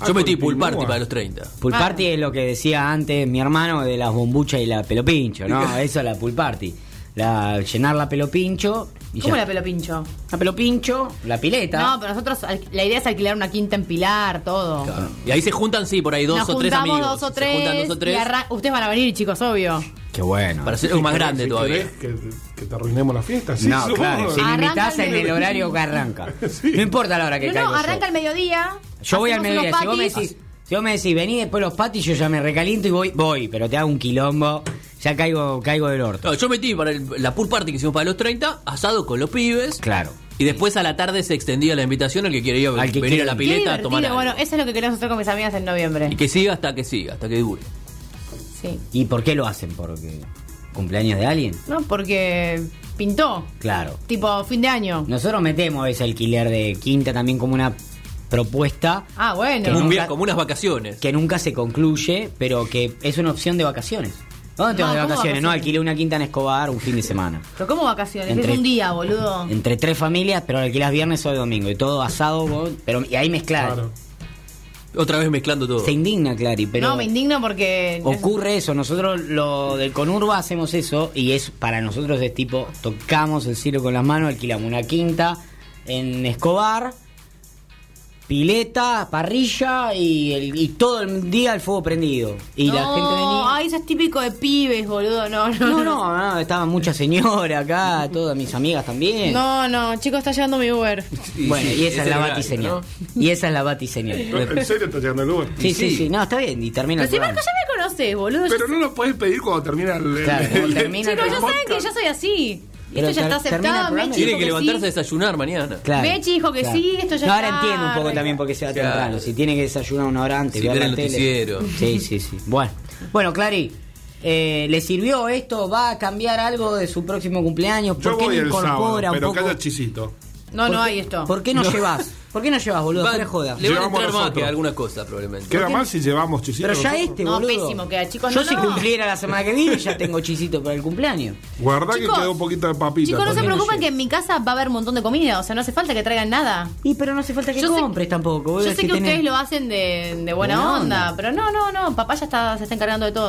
Yo metí pool continúa. party para los 30. Pool party es lo que decía antes mi hermano de las bombuchas y la pelopincho, ¿no? Eso es la pool party. Llenar la pelopincho. Y ¿Cómo ya. la pelopincho? La pelopincho, la pileta. No, pero nosotros, la idea es alquilar una quinta en Pilar, todo. Claro. Y ahí se juntan, sí, por ahí Nos 2 o 3 juntamos amigos. 2 o 3. Se juntan 2 o 3. Ustedes van a venir, chicos, obvio. Qué bueno. Para hacer algo más grande Si todavía. querés que te arruinemos la fiesta, sí, No, somos- claro, si me Arranca invitás en el el horario que arranca. Sí. No importa la hora que No, caigo arranca yo. el mediodía. Yo voy al hacemos mediodía. unos Si vos me decís, vení después los patis, yo ya me recaliento y voy, pero te hago un quilombo, ya caigo del orto. No, yo metí para la pool party que hicimos para los 30, asado con los pibes. Claro. Y después a la tarde se extendía la invitación al que quería Al que venir quiera. a la Qué pileta a divertido. tomar algo. Bueno, eso es lo que queremos hacer con mis amigas en noviembre. Y que siga, hasta que dure. Sí. ¿Y por qué lo hacen? ¿Porque cumpleaños de alguien? No, porque pintó. Claro. Tipo, fin de año. Nosotros metemos ese alquiler de quinta también como una propuesta Ah, bueno. Como, nunca- como unas vacaciones. que nunca se concluye, pero que es una opción de vacaciones. ¿Dónde te vas de ¿cómo vacaciones? No, vacaciones? alquilé una quinta en Escobar un fin de semana. Pero ¿cómo vacaciones? Entre- Es un día, boludo. Entre 3 familias, pero alquilás viernes, sábado y domingo. Y todo asado, pero y ahí mezclar. Claro. Otra vez mezclando todo. Se indigna, Clary, pero No, me indigno porque... ocurre eso. Nosotros lo del Conurba hacemos eso y es para nosotros es tipo, tocamos el cielo con las manos, alquilamos una quinta en Escobar, pileta, parrilla y todo el día el fuego prendido. Y la gente venía... Ay, eso es típico de pibes, boludo. No, estaban muchas señoras acá, todas mis amigas también. No, chicos, está llegando mi Uber. Bueno, y esa es la horario, batiseñal. ¿no? Y esa es la batiseñal. ¿En serio está llegando el Uber? Sí. No, está bien. Y termina Pero el si programa. Marco, ya me conoces, boludo. Pero no lo podés pedir cuando termina el... Claro, cuando termina el Chicos, ya programa. saben que yo soy así. Pero Esto ya está termina el aceptado. programa y Mechi Tiene dijo que levantarse a sí. desayunar mañana. Claro, Mechi dijo que sí, esto ya No, ahora está entiendo un poco arreglado. también porque se va Claro. temprano. Si tiene que desayunar una hora antes, Si ver ver la el tele. noticiero. Sí. Bueno, Clary, ¿le sirvió esto? ¿Va a cambiar algo de su próximo cumpleaños? Yo ¿Por qué voy no el sábado, incorpora un pero que poco? haya chisito. No, no hay esto. ¿Por qué no llevas? ¿Por qué no llevas, boludo? Va- Fuera de joda. le van a Llevamos entrar más nosotros. que algunas cosas, probablemente. Queda mal si llevamos chisito. Pero ya nosotros. No, boludo. pésimo queda, chicos, Yo no, si no. cumpliera la semana que viene ya tengo chisito para el cumpleaños. Guardá Chicos, que quedó un poquito de papita. Chicos, no se ¿por qué no preocupen llega? que en mi casa va a haber un montón de comida. O sea, no hace falta que traigan nada. Y pero no hace falta que Yo sé- compres tampoco. boludo, Yo sé si que tenés- ustedes lo hacen de buena Buena onda, onda. pero no, papá ya se está encargando de todo.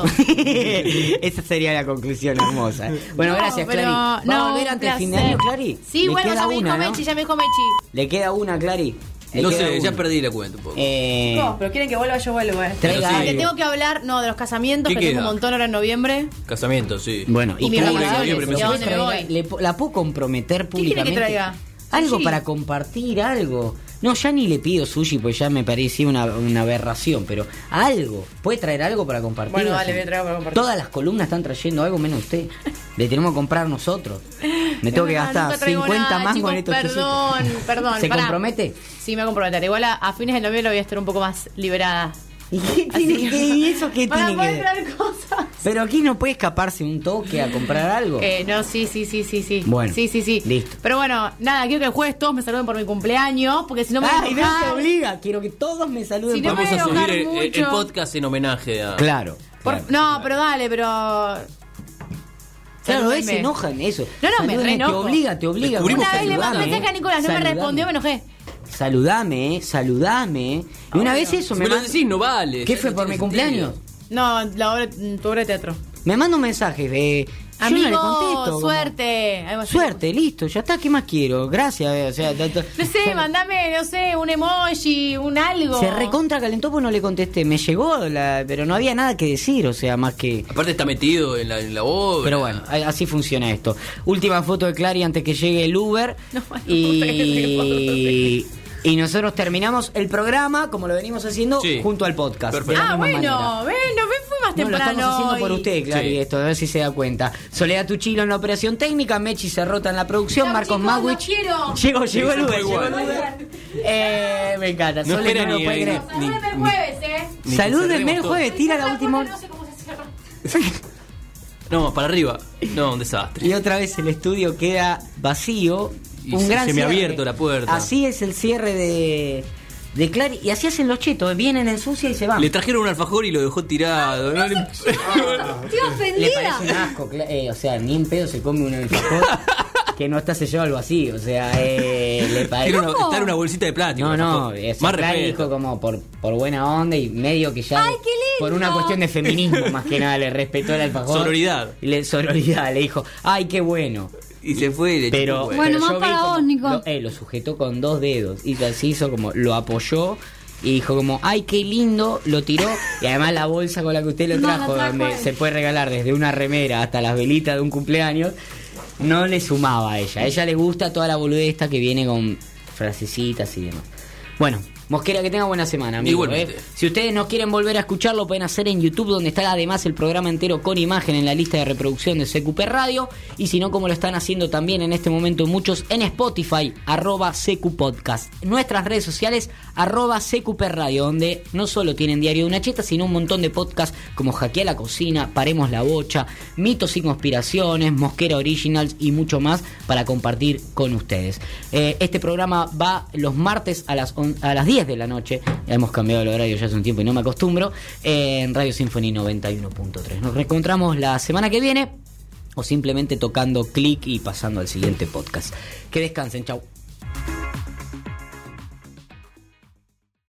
Esa sería la conclusión hermosa. Bueno, No, gracias, pero- Clary. ¿Va a no, volver un antes del fin de placer. año, Clary? Sí, Le bueno, queda ya me dijo una, ¿no? Mechi, ya me dijo Mechi. Le queda una, Clary. Le No queda sé, ya una. perdí la cuenta un poco. No, pero quieren que vuelva, yo vuelvo. Traiga Pero sí. Que algo. tengo que hablar, de los casamientos, ¿Qué que tengo queda? un montón ahora en noviembre. Casamiento, sí. Bueno, Y mis traiga vacaciones, algo. ¿y a Después dónde me traiga- voy? la puedo comprometer quiere que públicamente. traiga? Algo ¿Sushi? para compartir, algo. No, ya ni le pido sushi, pues ya me parecía una aberración, pero algo. ¿Puede traer algo para compartir? Bueno, dale, voy a traer para compartir. Todas las columnas están trayendo algo menos usted. Le tenemos que comprar nosotros. Me tengo que gastar Nunca traigo 50 nada, mangos chicos, en estos Perdón. ¿Se pará. compromete? Sí, me voy a comprometer. Igual a fines de noviembre voy a estar un poco más liberada. ¿Y qué Así tiene que- que- ¿y eso qué Para tiene poder que ver? traer cosas. Pero aquí no puede escaparse un toque a comprar algo. No, sí. Bueno, Sí. listo. Pero bueno, nada, quiero que el jueves todos me saluden por mi cumpleaños, porque si no me voy a Ay, no enojar. te obliga. Quiero que todos me saluden. Si no por- me Vamos a voy a subir enojar el mucho. podcast en homenaje a... Claro. Por- claro. No, pero dale, pero... Claro, Salúdenme. se enoja en eso. No, me Salúdame, reenojo. te obliga. Descubrimos Una vez le mandé Saludame, un mensaje a Nicolás, no me saludame. respondió, me enojé. Saludame. Y una vez eso Si me me lo manda- decís, no vale. ¿Qué ya fue no por mi tiene cumpleaños? sentido. No, tu obra de teatro. Me manda un mensaje de... Yo Amigo, no le contesto. como- suerte. Algo así. Suerte, listo, ya está, ¿qué más quiero? Gracias, o sea... No sé, mandame, no sé, un emoji, un algo. Se recontra calentó porque no le contesté. Me llegó, pero no había nada que decir, o sea, más que... Aparte está metido en la obra. Pero bueno, así funciona esto. Última foto de Clary antes que llegue el Uber. No puedo creer. Y nosotros terminamos el programa, como lo venimos haciendo, Sí. junto al podcast. Perfecto. de la Ah, misma bueno, manera. fue más No, lo temprano. estamos haciendo por hoy. usted, Clary, Sí. esto, a ver si se da cuenta. Soledad Tuchilo en la operación técnica, Mechi Cerrota en la producción, Chau, Marcos chicos, Magwich. los quiero. Llegó el Sí, Uber, fue llegó igual. el Uber. Me encanta, No Sole espera no lo ni- puede creer. ni- Salúdenme el jueves, Ni que Salúdenme cerremos el todo. jueves, tira la última. No sé cómo se cierra. No, para arriba. No, un desastre. Y otra vez el estudio queda vacío. Y Un se- gran se me ha cierre. abierto la puerta. Así es el cierre de Clary. Y así hacen los chetos. Vienen en sucia y se van. Le trajeron un alfajor y lo dejó tirado. ¿no? Estoy Le ofendida. parece un asco. O sea, ni en pedo se come un alfajor. que no está sellado al vacío. O sea, le parece. Está en una bolsita de plástico. No, es más claro, respeto. dijo como por buena onda y medio que ya. ¡Ay, qué lindo! Por una cuestión de feminismo, más que nada, le respetó el alfajor. Sororidad. Sororidad, le dijo, ¡ay, qué bueno! Y se fue y le Pero, chupó, Bueno, pero más yo vi para como vos, Nico. lo sujetó con 2 dedos y así hizo como, lo apoyó y dijo como, ¡ay, qué lindo! Lo tiró y además la bolsa con la que usted lo No, trajo, la trajo donde él. se puede regalar desde una remera hasta las velitas de un cumpleaños, no le sumaba a ella. A ella le gusta toda la boludez esta que viene con frasecitas y demás. Bueno, Mosquera, que tenga buena semana, amigo. Igualmente. Si ustedes no quieren volver a escucharlo, pueden hacer en YouTube, donde está además el programa entero con imagen en la lista de reproducción de CQP Radio. Y si no, como lo están haciendo también en este momento muchos, en Spotify, @CQPodcast. Nuestras redes sociales, @CQP Radio, donde no solo tienen Diario de una Cheta, sino un montón de podcasts como Hackea la Cocina, Paremos la Bocha, Mitos y Conspiraciones, Mosquera Originals y mucho más para compartir con ustedes. Este programa va los martes a las 10 de la noche. Ya hemos cambiado el horario ya hace un tiempo y no me acostumbro. En Radio Symphony 91.3. Nos reencontramos la semana que viene o simplemente tocando clic y pasando al siguiente podcast. Que descansen, chau.